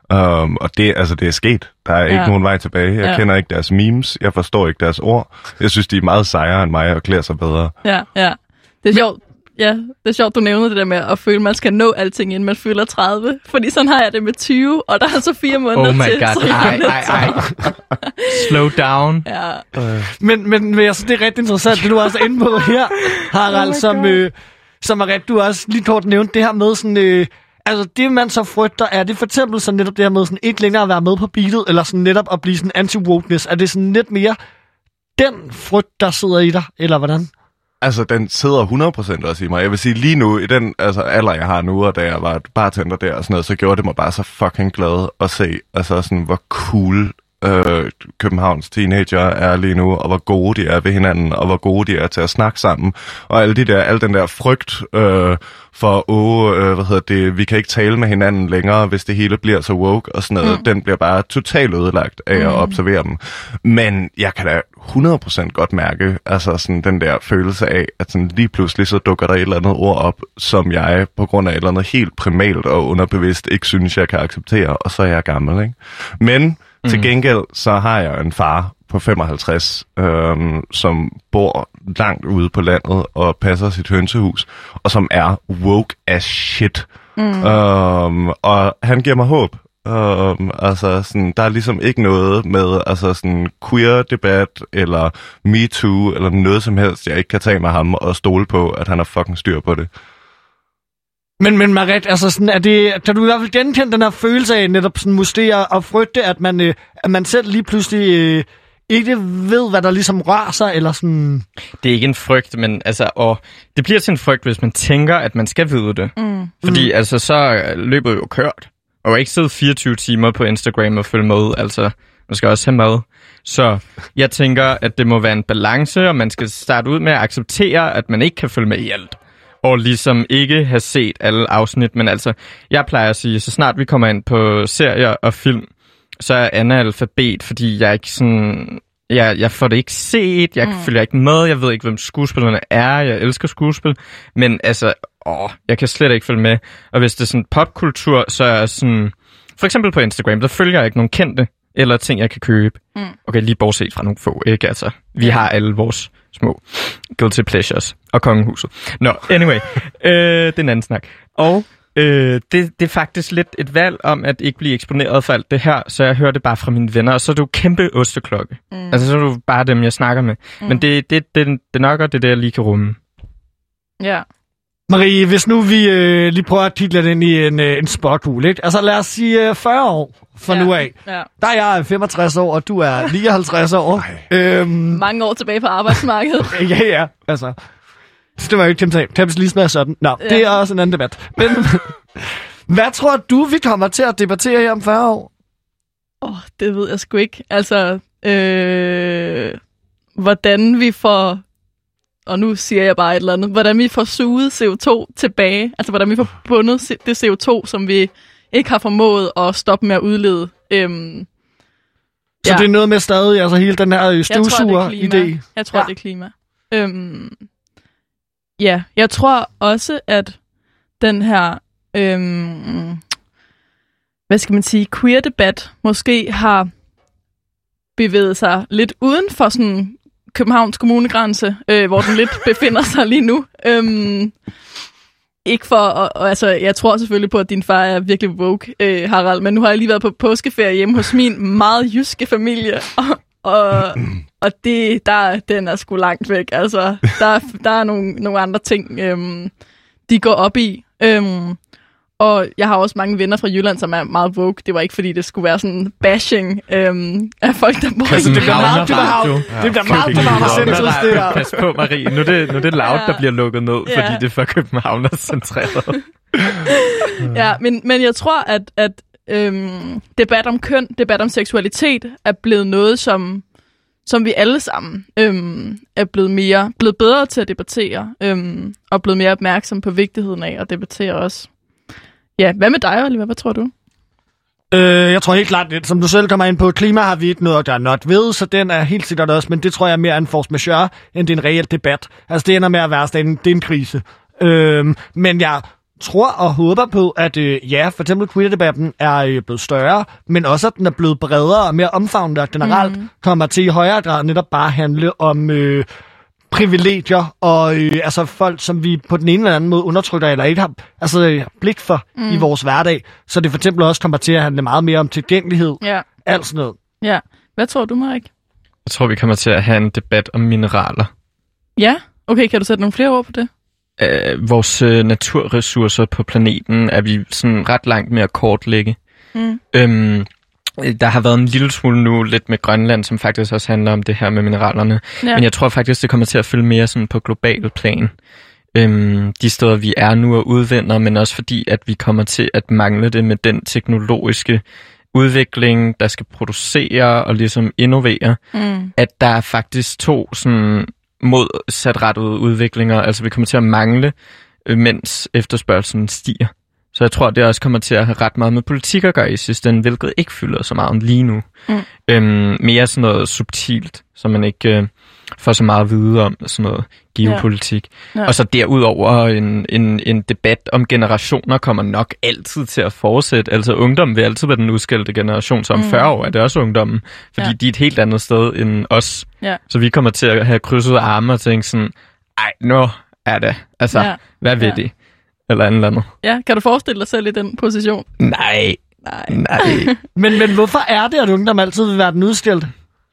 Um, og det, altså, det er sket. Der er ikke Ja. nogen vej tilbage. Jeg Ja. kender ikke deres memes. Jeg forstår ikke deres ord. Jeg synes, de er meget sejere end mig og klæder sig bedre. Ja, ja. Det er sjovt. Ja, det er sjovt, du nævner det der med at føle, at man skal nå alting, inden man fylder tredive. Fordi sådan har jeg det med tyve, og der er så fire måneder Oh my til. god, ej, ej, ej. Slow down. Ja. Men, men, men jeg synes, det er rigtig interessant, det du også er inde på her, Harald, Oh my som, God. øh, som er rigtig, du også lige kort nævnt det her med sådan, øh, altså det man så frygter, er det for eksempel sådan netop det her med sådan ikke længere at være med på beatet, eller sådan netop at blive sådan anti-wokeness, er det sådan lidt mere den frygt, der sidder i dig, eller hvordan? Altså, den sidder hundrede procent også i mig. Jeg vil sige, lige nu, i den altså, alder, jeg har nu, og da jeg var bartender der og sådan noget, så gjorde det mig bare så fucking glad at se, altså sådan, hvor cool øh, Københavns teenager er lige nu, og hvor gode de er ved hinanden, og hvor gode de er til at snakke sammen, og alle de der, al den der frygt øh, for, åh, øh, hvad hedder det, vi kan ikke tale med hinanden længere, hvis det hele bliver så woke, og sådan noget, mm. den bliver bare totalt ødelagt af mm. at observere dem. Men jeg kan da hundrede procent godt mærke, altså sådan den der følelse af, at sådan lige pludselig så dukker der et eller andet ord op, som jeg på grund af et eller andet helt primalt og underbevidst ikke synes, jeg kan acceptere, og så er jeg gammel, ikke? Men mm. til gengæld, så har jeg en far på femoghalvtreds, øhm, som bor langt ude på landet og passer sit hønsehus, og som er woke as shit. Mm. Øhm, og han giver mig håb. Um, altså sådan, der er ligesom ikke noget med altså sådan queer-debat eller MeToo eller noget som helst, jeg ikke kan tage med ham og stole på, at han har fucking styr på det. Men, men Marit, altså sådan, er det, kan du i hvert fald genkende den her følelse af netop sådan måske at, at frygte, at man, øh, at man selv lige pludselig øh, ikke ved, hvad der ligesom rører sig, eller sådan... Det er ikke en frygt, men altså, og det bliver til en frygt, hvis man tænker, at man skal vide det. Mm. Fordi mm. altså, så er løbet jo kørt. Og ikke sidde fireogtyve timer på Instagram og følge med, altså, man skal også have mad. Så jeg tænker, at det må være en balance, og man skal starte ud med at acceptere, at man ikke kan følge med i alt. Og ligesom ikke have set alle afsnit, men altså, jeg plejer at sige, så snart vi kommer ind på serier og film, så er Anna alfabet, fordi jeg ikke sådan... Jeg, jeg får det ikke set, jeg mm. følger ikke med, jeg ved ikke, hvem skuespillerne er, jeg elsker skuespil, men altså, åh, jeg kan slet ikke følge med. Og hvis det er sådan popkultur, så er sådan... For eksempel på Instagram, der følger jeg ikke nogen kendte, eller ting, jeg kan købe. Mm. Okay, lige bortset fra nogle få, ikke? Altså, vi har alle vores små guilty pleasures og kongehuset. Nå, no, anyway, øh, det er en anden snak. Og øh, det, det er faktisk lidt et valg om at ikke blive eksponeret for alt det her, så jeg hører det bare fra mine venner, og så er det jo kæmpe osteklokke. Mm. Altså, så er det jo bare dem, jeg snakker med. Mm. Men det, det, det, det nok er det, der jeg lige kan rumme. Ja. Marie, hvis nu vi øh, lige prøver at kigge lidt ind i en, øh, en spåkugle, ikke? Altså lad os sige øh, fyrre år fra ja. nu af. Ja. Der er jeg femogtres år, og du er nioghalvtreds år. øhm, Mange år tilbage på arbejdsmarkedet. ja, ja, altså. Det var jo ikke kapitalisme er sådan. Nå, ja. Det er også en anden debat. Men hvad tror du, vi kommer til at debattere her om fyrre år? Åh, oh, det ved jeg sgu ikke. Altså, øh, hvordan vi får... Og nu siger jeg bare et eller andet. Hvordan vi får suget C O to tilbage. Altså, hvordan vi får bundet det C O to, som vi ikke har formået at stoppe med at udlede. Øhm, Så ja. det er noget med stadig, altså hele den her støvsuger-idé? Jeg tror, ja. det er klima. Øhm, ja, jeg tror også, at den her, øhm, hvad skal man sige, queer-debat måske har bevæget sig lidt uden for sådan Københavns kommunegrænse, øh, hvor den lidt befinder sig lige nu. Øhm, ikke for, og, og, altså, jeg tror selvfølgelig på, at din far er virkelig woke, øh, Harald, men nu har jeg lige været på påskeferie hjemme hos min meget jyske familie, og, og, og det, der, den er sgu langt væk. Altså, der, der er nogle, nogle andre ting, øhm, de går op i. Øhm, og jeg har også mange venner fra Jylland, som er meget woke. Det var ikke, fordi det skulle være sådan bashing øhm, af folk, der bor i det bliver meget København. Det bliver meget København-centrisk, det her. Pas på, Marie. Nu er det, nu er det Loud, der bliver lukket ned, ja. Fordi det er for København-centreret. Ja, men, men jeg tror, at, at øhm, debat om køn, debat om seksualitet, er blevet noget, som, som vi alle sammen øhm, er blevet, mere, blevet bedre til at debattere, øhm, og blevet mere opmærksom på vigtigheden af at debattere også. Ja, hvad med dig, Oliver? Hvad tror du? Øh, jeg tror helt klart, at som du selv kommer ind på, klima har vi ikke noget, der er not ved, så den er helt sikkert også, men det tror jeg er mere en force majeure, end det er en reel debat. Altså, det ender med at være sådan en, det er en krise. Øh, men jeg tror og håber på, at øh, ja, for eksempel queer-debatten er øh, blevet større, men også at den er blevet bredere og mere omfavnende, og generelt mm. kommer til i højere grad netop bare handle om øh, privilegier og øh, altså folk, som vi på den ene eller anden måde undertrykker eller ikke har altså, øh, blik for mm. i vores hverdag. Så det for eksempel også kommer til at handle meget mere om tilgængelighed. Ja. Alt sådan noget. Ja. Hvad tror du, Marik? Jeg tror, vi kommer til at have en debat om mineraler. Ja? Okay, kan du sætte nogle flere ord på det? Uh, vores uh, naturressourcer på planeten er vi sådan ret langt med at kortlægge. Mm. Um, der har været en lille smule nu lidt med Grønland, som faktisk også handler om det her med mineralerne. Ja. Men jeg tror faktisk, det kommer til at følge mere sådan på global plan. Um, de steder, vi er nu og udvinder, men også fordi, at vi kommer til at mangle det med den teknologiske udvikling, der skal producere og ligesom innovere. Mm. At der er faktisk to sådan modsatrettede udviklinger, altså vi kommer til at mangle, mens efterspørgselen stiger. Så jeg tror, det også kommer til at have ret meget med politik at gøre i sidste ende, hvilket ikke fylder så meget lige nu. Mm. Øhm, mere sådan noget subtilt, så man ikke øh, får så meget at vide om sådan noget geopolitik. Ja. Ja. Og så derudover en, en, en debat om generationer kommer nok altid til at fortsætte. Altså ungdommen vil altid være den udskældte generation, så om mm. fyrre år er det også ungdommen, fordi ja. de er et helt andet sted end os. Ja. Så vi kommer til at have krydset arme og tænke sådan, ej, nu er det. Altså, ja. hvad ved ja. de? Eller andet, andet. Ja, kan du forestille dig selv i den position? Nej. Nej. Nej. men, men hvorfor er det, at ungdom altid vil være den udskældte?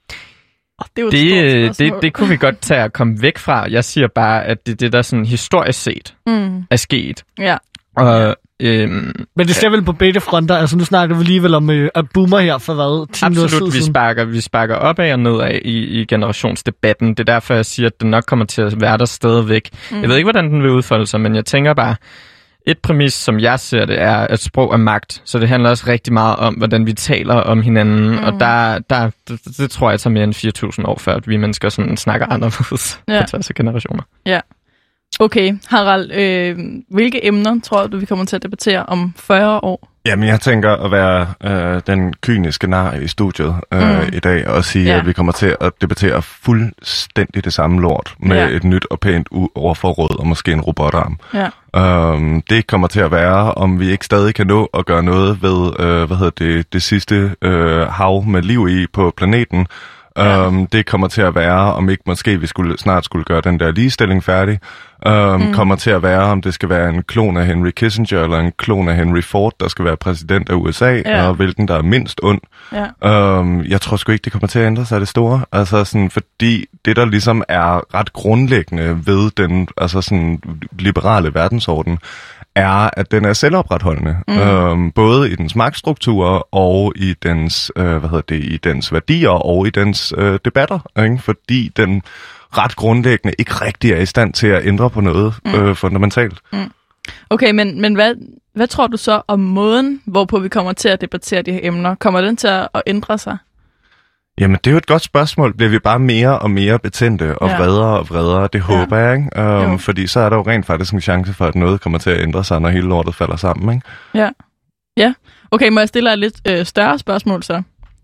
Oh, det, er det, det, det kunne vi godt tage at komme væk fra. Jeg siger bare, at det er det, der sådan historisk set mm. er sket. Ja. Og, øhm, men det ser vel på begge fronter. Altså nu snakker vi alligevel om øh, at boomer her for hvad? ti absolut, vi sparker, vi sparker opad og nedad i, i generationsdebatten. Det er derfor, jeg siger, at den nok kommer til at være der stadigvæk. Mm. Jeg ved ikke, hvordan den vil udfolde sig, men jeg tænker bare, et præmis, som jeg ser det, er, at sprog er magt. Så det handler også rigtig meget om, hvordan vi taler om hinanden. Mm. Og der, der, det, det tror jeg tager mere end fire tusind år før, at vi mennesker sådan snakker anderledes ja. på tværs af generationer. Ja. Okay, Harald, øh, hvilke emner tror du, vi kommer til at debattere om fyrre år? Jamen, jeg tænker at være øh, den kyniske nar i studiet øh, mm. i dag, og sige, ja. at vi kommer til at debattere fuldstændig det samme lort, med ja. et nyt og pænt u- overforråd, og måske en robotarm. Ja. Um, det kommer til at være, om vi ikke stadig kan nå at gøre noget ved, øh, hvad hedder det, det sidste øh, hav med liv i på planeten. Ja. Um, det kommer til at være, om ikke måske vi skulle snart skulle gøre den der ligestilling færdig. Um, mm. Kommer til at være, om det skal være en klon af Henry Kissinger eller en klon af Henry Ford, der skal være præsident af U S A, ja. og hvilken der er mindst ond. Ja. Um, jeg tror sgu ikke, det kommer til at ændre sig det store. Altså sådan, fordi det, der ligesom er ret grundlæggende ved den altså sådan liberale verdensorden, er, at den er selvopretholdende. Mm. Øhm, både i dens magtstrukturer og i dens, øh, hvad hedder det, i dens værdier og i dens øh, debatter, ikke? Fordi den ret grundlæggende ikke rigtig er i stand til at ændre på noget mm. øh, fundamentalt. Mm. Okay, men, men hvad, hvad tror du så om måden, hvorpå vi kommer til at debattere de her emner? Kommer den til at ændre sig? Jamen, det er jo et godt spørgsmål. Bliver vi bare mere og mere betændte og ja. vredere og vredere? Det håber ja. jeg, ikke? Um, fordi så er der jo rent faktisk en chance for, at noget kommer til at ændre sig, når hele lortet falder sammen, ikke? Ja. Ja. Okay, må jeg stille dig et lidt øh, større spørgsmål så?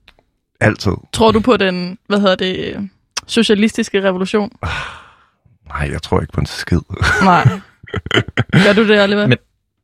Altid. Tror du på den, hvad hedder det, socialistiske revolution? Uh, nej, jeg tror ikke på en skid. Nej. Gør du det, Oliver? Men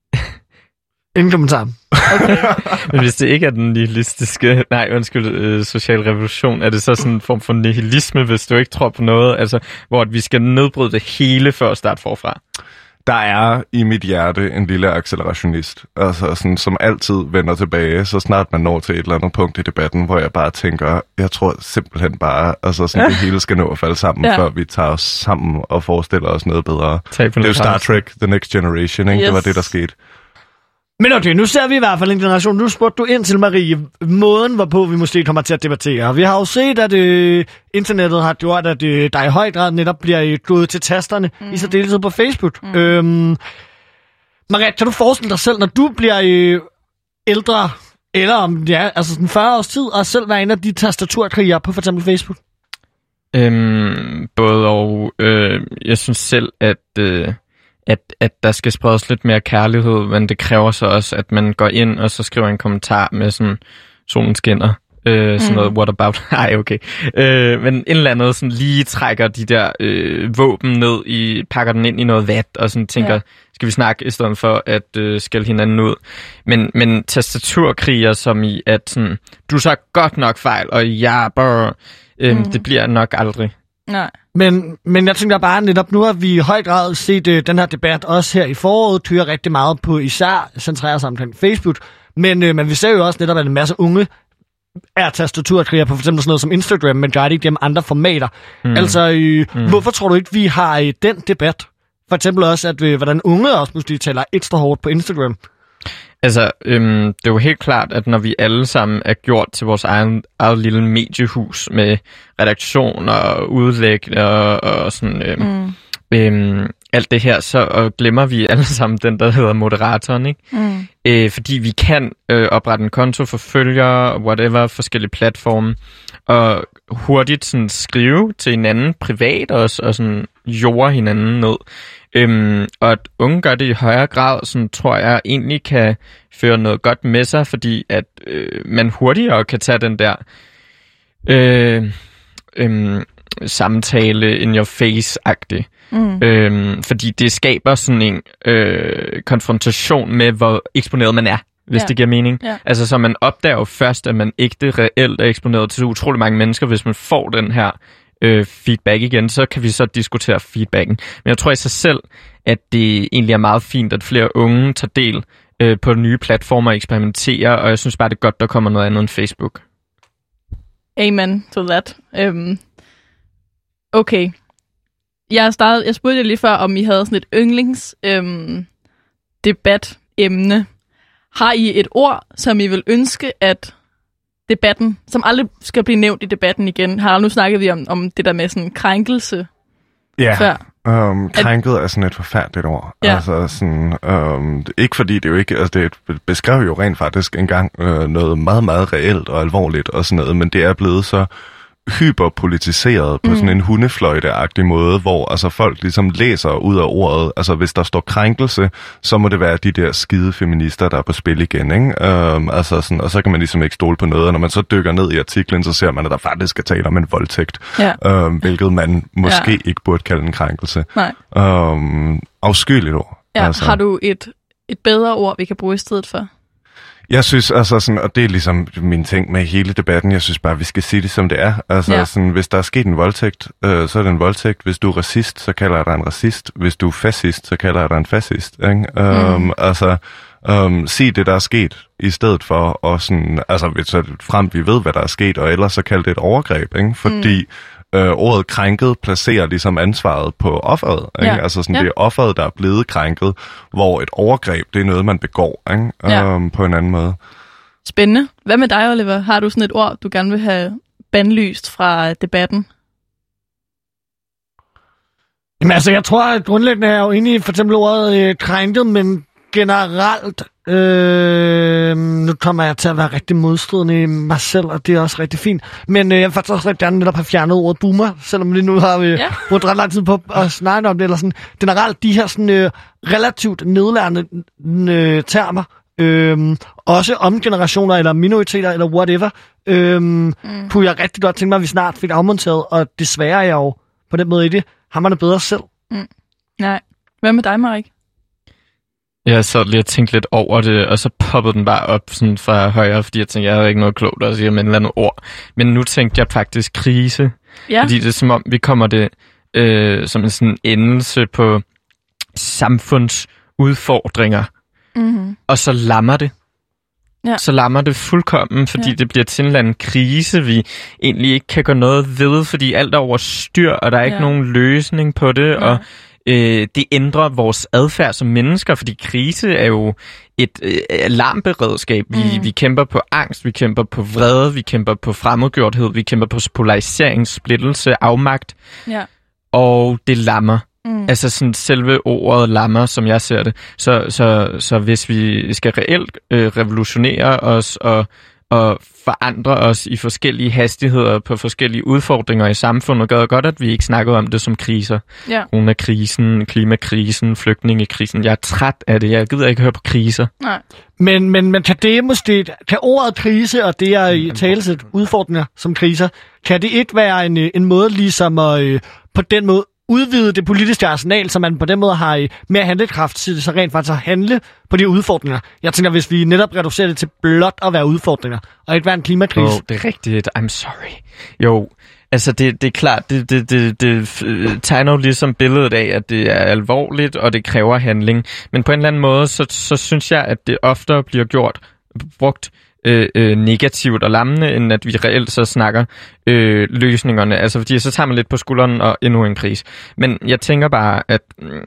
ingen kommentar. Okay. Men hvis det ikke er den nihilistiske, nej, undskyld, øh, social revolution, er det så sådan en form for nihilisme, hvis du ikke tror på noget, altså, hvor vi skal nedbryde det hele før at starte forfra? Der er i mit hjerte en lille accelerationist, altså sådan, som altid vender tilbage, så snart man når til et eller andet punkt i debatten, hvor jeg bare tænker, jeg tror simpelthen bare, altså sådan, ja. det hele skal nå at falde sammen, ja. før vi tager os sammen og forestiller os noget bedre. Det er jo Star Trek, The Next Generation, ikke? Yes. Det var det, der skete. Men okay, nu ser vi i hvert fald en generation. Nu spurgte du ind til, Marie, måden, hvorpå vi måske kommer til at debattere. Vi har jo set, at øh, internettet har gjort, at øh, der i høj grad netop bliver øh, gået til tasterne, mm. i så deltid på Facebook. Mm. Øhm, Marie, kan du forestille dig selv, når du bliver øh, ældre, eller om ja, altså sådan fyrre års tid, og selv være en af de tastaturkrigere på for eksempel Facebook? Øhm, både og. Øh, jeg synes selv, at... Øh At, at der skal spredes lidt mere kærlighed, men det kræver så også, at man går ind og så skriver en kommentar med sådan, solen skinner, Øh, sådan Mm. noget, what about? Ej, okay. Øh, men en eller andet sådan lige trækker de der øh, våben ned i, pakker den ind i noget vat, og sådan tænker, Ja. skal vi snakke, i stedet for at øh, skælde hinanden ud. Men, men tastaturkriger som i, at sådan, du så godt nok fejl, og ja, bare, øh, Mm. det bliver nok aldrig. Nej. Men, men jeg tænker bare, netop nu har vi i høj grad set øh, den her debat også her i foråret, tyrer rigtig meget på især centreret sig omkring Facebook. Men, øh, men vi ser jo også netop, at en masse unge er tastaturkrigere på for eksempel sådan noget som Instagram, men gør det ikke gennem andre formater. Mm. Altså, øh, mm. hvorfor tror du ikke, vi har øh, den debat? For eksempel også, at øh, hvordan unge også måske taler ekstra hårdt på Instagram. Altså, øhm, det er jo helt klart, at når vi alle sammen er gjort til vores egen, eget lille mediehus med redaktion og udlæg og, og sådan øhm, Mm. øhm, alt det her, så og glemmer vi alle sammen den, der hedder moderatoren, ikke? Mm. Øh, fordi vi kan øh, oprette en konto for følgere, whatever, forskellige platforme, og hurtigt sådan skrive til hinanden privat også, og sådan jorde hinanden ned. Øhm, og at unge gør det i højere grad, sådan, tror jeg egentlig kan føre noget godt med sig, fordi at øh, man hurtigere kan tage den der øh, øh, samtale in your face-agtig. Mm. Øhm, fordi det skaber sådan en øh, konfrontation med, hvor eksponeret man er, hvis Ja. det giver mening. Ja. Altså, så man opdager jo først, at man ikke reelt er eksponeret til utrolig mange mennesker, hvis man får den her øh, feedback igen, så kan vi så diskutere feedbacken. Men jeg tror i sig selv, at det egentlig er meget fint, at flere unge tager del øh, på nye platformer og eksperimenterer, og jeg synes bare, det er godt, der kommer noget andet end Facebook. Amen to that. Um, okay. Jeg, startede, jeg spurgte jer lige før, om I havde sådan et yndlings øhm, debatemne. Har I et ord, som I vil ønske, at debatten, som aldrig skal blive nævnt i debatten igen, har nu snakket vi om, om det der med sådan krænkelse Ja, før. um, krænket er sådan et forfærdeligt ord. Ja. Altså sådan, um, ikke fordi det jo ikke, altså det beskrev jo rent faktisk engang uh, noget meget, meget reelt og alvorligt og sådan noget, men det er blevet så hyperpolitiseret på mm. sådan en hundefløjte-agtig måde, hvor altså folk ligesom læser ud af ordet. Altså hvis der står krænkelse, så må det være de der skide feminister, der er på spil igen, ikke? Um, altså sådan, og så kan man ligesom ikke stole på noget, og når man så dykker ned i artiklen, så ser man, at der faktisk er tale om en voldtægt, Ja. um, hvilket man måske Ja. ikke burde kalde en krænkelse. Nej. Um, afskyeligt ord. Ja, altså. har du et, et bedre ord, vi kan bruge i stedet for? Jeg synes altså sådan, og det er ligesom min ting med hele debatten, jeg synes bare, vi skal sige det som det er. Altså Ja. sådan, hvis der er sket en voldtægt, øh, så er det en voldtægt. Hvis du er racist, så kalder jeg dig en racist. Hvis du er fascist, så kalder jeg dig en fascist. Ikke? Um, Mm. Altså, um, sig det, der er sket, i stedet for at sådan, altså så frem vi ved, hvad der er sket, og ellers så kalde det et overgreb, ikke? Fordi Øh, ordet krænket placerer ligesom ansvaret på offeret. Ikke? Ja. Altså sådan, Ja. det er offeret, der er blevet krænket, hvor et overgreb, det er noget, man begår, ikke? Ja. Um, på en anden måde. Spændende. Hvad med dig, Oliver? Har du sådan et ord, du gerne vil have bandlyst fra debatten? Jamen altså, jeg tror, at grundlæggende er jeg jo enig i for eksempel ordet øh, krænket, men generelt, øh, nu kommer jeg til at være rigtig modstridende i mig selv, og det er også rigtig fint. Men øh, jeg vil faktisk også rigtig gerne netop have fjernet ordet boomer, selvom vi nu har øh, Ja. brugt ret lang tid på at snakke om det. Eller sådan. Generelt de her sådan, øh, relativt nedlærende øh, termer, øh, også om generationer eller minoriteter eller whatever, øh, mm. kunne jeg rigtig godt tænke mig, at vi snart fik afmonteret, og desværre er jeg jo på den måde i det, har man det bedre selv. Nej. Hvad med dig, Marik? Jeg sad lige og tænkte lidt over det, og så poppede den bare op sådan fra højre, fordi jeg tænkte, jeg havde ikke noget klogt at sige med et eller andet ord. Men nu tænkte jeg faktisk krise, Ja. fordi det er som om, vi kommer det øh, som en sådan endelse på samfundsudfordringer, Mm-hmm. og så lammer det. Ja. Så lammer det fuldkommen, fordi Ja. det bliver til en eller anden krise, vi egentlig ikke kan gøre noget ved, fordi alt er over styr, og der er ikke Ja. nogen løsning på det, Nej. og øh, det ændrer vores adfærd som mennesker, fordi krise er jo et øh, alarmberedskab. Vi, Mm. vi kæmper på angst, vi kæmper på vrede, vi kæmper på fremmedgjorthed, vi kæmper på polarisering, splittelse, afmagt, Ja. og det lammer. Mm. Altså sådan selve ordet lammer, som jeg ser det. Så, så, så hvis vi skal reelt øh, revolutionere os og, og forandre os i forskellige hastigheder på forskellige udfordringer i samfundet. Gør godt, at vi ikke snakkede om det som kriser. Ja. Coronakrisen, klimakrisen, flygtningekrisen. Jeg er træt af det. Jeg gider ikke høre på kriser. Nej. Men, men, men kan det måske, kan ordet krise og det at i talesæt udfordringer som kriser, kan det ikke være en, en måde ligesom at øh, på den måde udvide det politiske arsenal, så man på den måde har øh, mere handlekraft til så rent faktisk at handle på de udfordringer? Jeg tænker, hvis vi netop reducerer det til blot at være udfordringer, og ikke være en klimakrise. Oh, det er rigtigt. I'm sorry. Jo, altså det, det er klart, det, det, det, det tegner jo ligesom billedet af, at det er alvorligt, og det kræver handling. Men på en eller anden måde, så, så synes jeg, at det oftere bliver gjort, brugt øh, øh, negativt og lammende, end at vi reelt så snakker øh, løsningerne. Altså fordi så tager man lidt på skulderen og endnu en krise. Men jeg tænker bare, at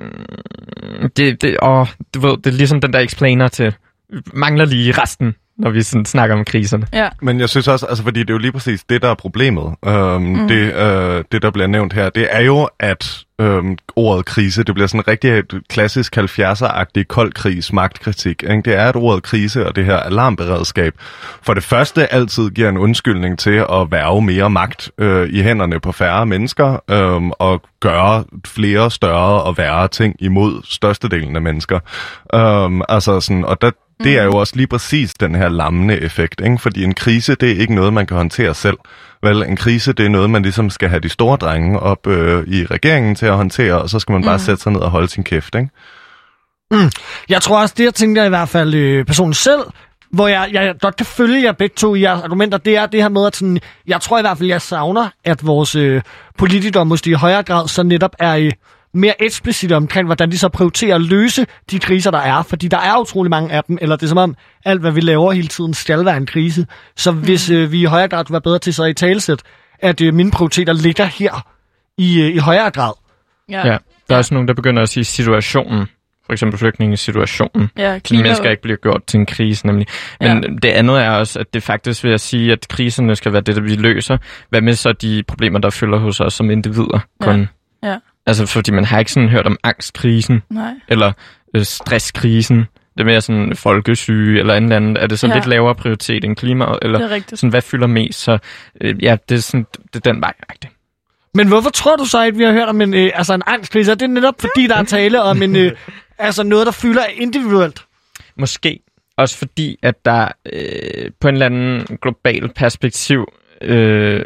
mm, det, det, åh, du ved, det er ligesom den der explainer til, mangler lige resten, når vi sådan snakker om kriserne. Ja. Men jeg synes også, altså fordi det er jo lige præcis det, der er problemet. Øhm, mm. det, øh, det, der bliver nævnt her, det er jo, at øhm, ordet krise, det bliver sådan en rigtig klassisk halvfjerdser-agtig kold krigs magtkritik. Ikke? Det er et ordet krise og det her alarmberedskab. For det første altid giver en undskyldning til at værge mere magt øh, i hænderne på færre mennesker øh, og gøre flere større og værre ting imod størstedelen af mennesker. Øh, altså sådan, og der Det er jo også lige præcis den her lammende effekt, ikke? Fordi en krise, det er ikke noget, man kan håndtere selv. Vel, en krise, det er noget, man ligesom skal have de store drenge op øh, i regeringen til at håndtere, og så skal man bare mm. sætte sig ned og holde sin kæft, ikke? Mm. Jeg tror også, det jeg tænker i hvert fald øh, personen selv, hvor jeg, jeg godt kan følge jer begge to i jeres argumenter, det er det her med, at sådan, jeg tror i hvert fald, jeg savner, at vores øh, politikere måske i højere grad så netop er øh, mere eksplicit omkring, hvordan de så prioriterer at løse de kriser, der er. Fordi der er utrolig mange af dem, eller det er som om, alt hvad vi laver hele tiden skal være en krise. Så mm. hvis øh, vi i højere grad vil være bedre til så i talesæt, at øh, mine prioriteter ligger her i, øh, i højere grad. Ja. ja, der er også nogen, der begynder at sige situationen. For eksempel flygtningesituationen. Ja, klima... mennesker ikke bliver gjort til en krise, nemlig. Men ja. Det andet er også, at det faktisk vil jeg sige, at kriserne skal være det, der vi løser. Hvad med så de problemer, der følger hos os som individer? Kun. Ja. Ja. Altså, fordi man har ikke sådan hørt om angstkrisen, Nej. eller øh, stresskrisen. Det er mere sådan folkesyge eller andet andet. Er det så ja. lidt lavere prioritet end klima? Eller sådan, hvad fylder mest? Så øh, ja, det er, sådan, det er den vej. Men hvorfor tror du så, at vi har hørt om en, øh, altså en angstkrise? Er det netop fordi, der er tale om en, øh, altså noget, der fylder individuelt? Måske. Også fordi, at der øh, på en eller anden global perspektiv... Øh,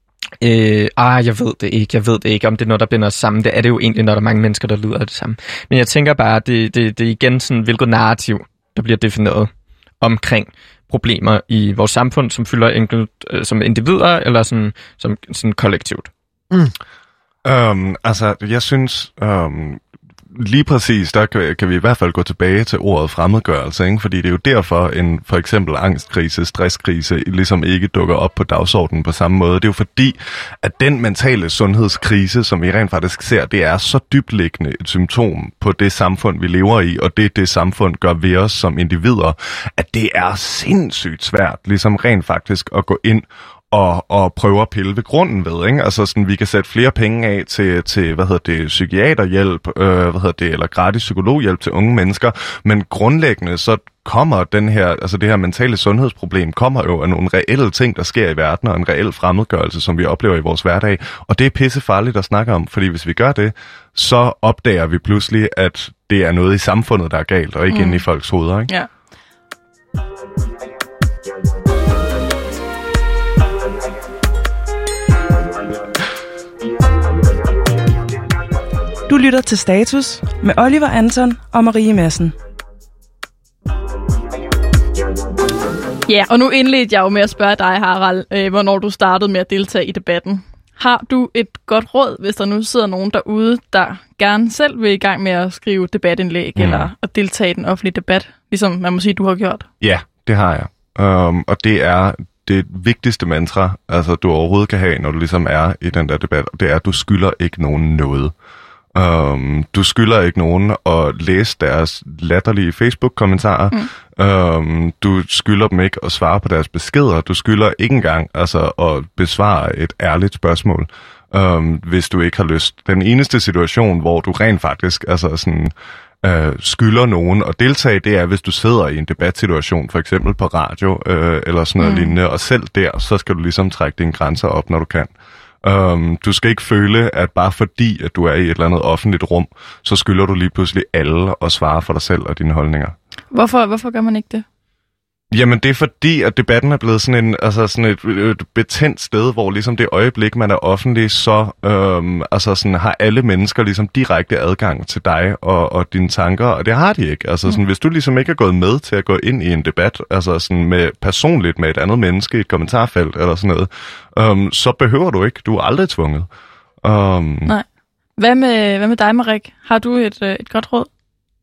Øh, ah, jeg ved det ikke. Jeg ved det ikke, om det er noget, der binder os sammen. Det er det jo egentlig, når der er mange mennesker, der lider af det samme. Men jeg tænker bare, at det, det, det er igen sådan, hvilket narrativ, der bliver defineret omkring problemer i vores samfund, som fylder enkelt øh, som individer, eller sådan, som sådan kollektivt. Mm. Um, altså, jeg synes... Um Lige præcis, der kan, kan vi i hvert fald gå tilbage til ordet fremmedgørelse, ikke? Fordi det er jo derfor, en for eksempel angstkrise, stresskrise, ligesom ikke dukker op på dagsordenen på samme måde. Det er jo fordi, at den mentale sundhedskrise, som vi rent faktisk ser, det er så dybtliggende et symptom på det samfund, vi lever i, og det, det samfund gør ved os som individer, at det er sindssygt svært, ligesom rent faktisk at gå ind Og, og prøve at pille ved grunden ved, ikke? Altså sådan, vi kan sætte flere penge af til, til hvad hedder det, psykiaterhjælp, øh, hvad hedder det, eller gratis psykologhjælp til unge mennesker, men grundlæggende så kommer den her, altså det her mentale sundhedsproblem, kommer jo af nogle reelle ting, der sker i verden, og en reel fremmedgørelse, som vi oplever i vores hverdag, og det er pissefarligt at snakke om, fordi hvis vi gør det, så opdager vi pludselig, at det er noget i samfundet, der er galt, og ikke mm. inde i folks hoveder, ikke? Ja. Du lytter til Status med Oliver Anton og Marie Madsen. Ja, og nu indledte jeg jo med at spørge dig, Harald, øh, hvornår du startede med at deltage i debatten. Har du et godt råd, hvis der nu sidder nogen derude, der gerne selv vil i gang med at skrive debatindlæg mm. eller at deltage i den offentlige debat, ligesom man må sige, du har gjort? Ja, det har jeg. Um, og det er det vigtigste mantra, altså du overhovedet kan have, når du ligesom er i den der debat, det er, at du skylder ikke nogen noget. Um, du skylder ikke nogen at læse deres latterlige Facebook-kommentarer. Mm. Um, du skylder dem ikke at svare på deres beskeder. Du skylder ikke engang altså, at besvare et ærligt spørgsmål, um, hvis du ikke har lyst. Den eneste situation, hvor du rent faktisk altså, sådan, øh, skylder nogen at deltage, det er, hvis du sidder i en debatsituation, for eksempel på radio øh, eller sådan noget mm. lignende, og selv der, så skal du ligesom trække dine grænser op, når du kan. Um, du skal ikke føle, at bare fordi, at du er i et eller andet offentligt rum, så skylder du lige pludselig alle at svare for dig selv og dine holdninger. Hvorfor, hvorfor gør man ikke det? Jamen, det er fordi, at debatten er blevet sådan, en, altså sådan et, et betændt sted, hvor ligesom det øjeblik, man er offentlig, så øhm, altså sådan, har alle mennesker ligesom direkte adgang til dig og, og dine tanker, og det har de ikke. Altså, sådan, mm. Hvis du ligesom ikke er gået med til at gå ind i en debat, altså sådan med, personligt med et andet menneske i et kommentarfelt eller sådan noget, øhm, så behøver du ikke. Du er aldrig tvunget. Um, Nej. Hvad med, hvad med dig, Marik? Har du et, et godt råd?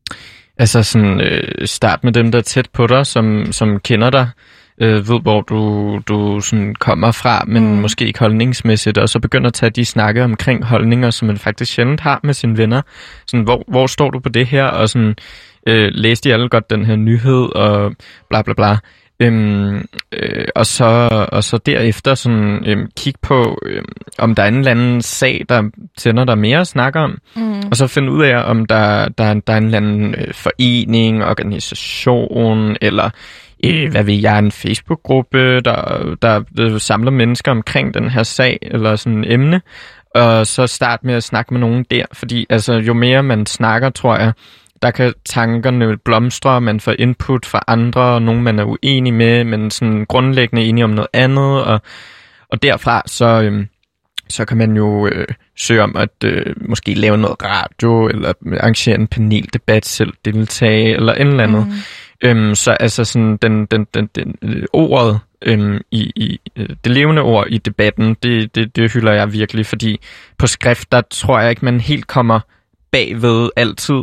Altså sådan, øh, start med dem, der er tæt på dig, som, som kender dig, øh, ved, hvor du, du sådan kommer fra, men mm. måske ikke holdningsmæssigt, og så begynder at tage de snakke omkring holdninger, som man faktisk sjældent har med sine venner. Sådan, hvor, hvor står du på det her? Og sådan, øh, læste de alle godt den her nyhed, og bla bla bla. Øhm, øh, og, så, og så derefter sådan, øhm, kig på, øhm, om der er en eller anden sag, der tænder dig mere at snakke om. Mm. Og så finde ud af, om der, der, der er en eller anden øh, forening, organisation, eller øh, hvad ved jeg, en Facebook-gruppe, der, der, der samler mennesker omkring den her sag, eller sådan en emne. Og så start med at snakke med nogen der, fordi altså, jo mere man snakker, tror jeg, der kan tankerne blomstre, man får input fra andre, og nogen man er uenig med, men sådan grundlæggende enige om noget andet, og, og derfra så, øhm, så kan man jo øh, søge om at øh, måske lave noget radio, eller arrangere en paneldebat, selv deltage, eller en eller andet. Mm. Øhm, så altså sådan den, den, den, den øh, ordet, øhm, i, i øh, det levende ord i debatten, det, det, det hylder jeg virkelig, fordi på skrift, der tror jeg ikke, man helt kommer bagved altid,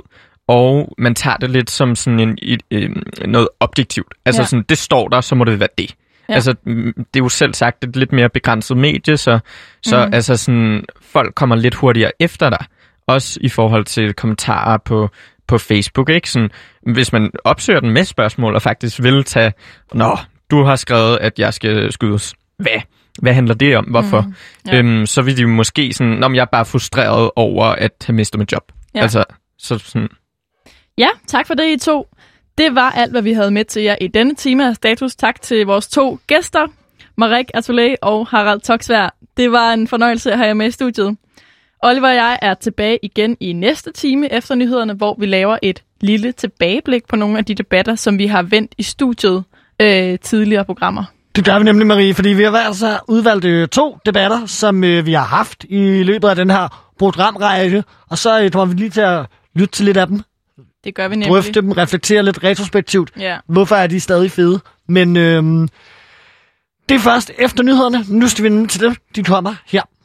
og man tager det lidt som sådan en, et, øh, noget objektivt. Altså ja. Sådan, det står der, så må det være det. Ja. Altså, det er jo selv sagt et lidt mere begrænset medie, så, så mm. altså sådan, folk kommer lidt hurtigere efter dig. Også i forhold til kommentarer på, på Facebook, ikke? Sådan, hvis man opsøger den med spørgsmål, og faktisk vil tage, nå, du har skrevet, at jeg skal skydes. Hvad? Hvad handler det om? Hvorfor? Mm. Ja. Øhm, så vil de måske sådan, nå, men jeg er bare frustreret over at have mistet mit job. Ja. Altså, så sådan... Ja, tak for det, I to. Det var alt, hvad vi havde med til jer i denne time af Status. Tak til vores to gæster, Marik Atolé og Harald Toksvær. Det var en fornøjelse at have jer med i studiet. Oliver og jeg er tilbage igen i næste time efter nyhederne, hvor vi laver et lille tilbageblik på nogle af de debatter, som vi har vendt i studiet øh, tidligere programmer. Det gør vi nemlig, Marie, fordi vi har altså udvalgt øh, to debatter, som øh, vi har haft i løbet af den her programrække, og så øh, kommer vi lige til at lytte til lidt af dem. Det gør vi nemlig. Drøfte dem, reflektere lidt retrospektivt. Ja. Hvorfor er de stadig fede? Men øhm, det er først efter nyhederne. Nu skal vi til det. De kommer her.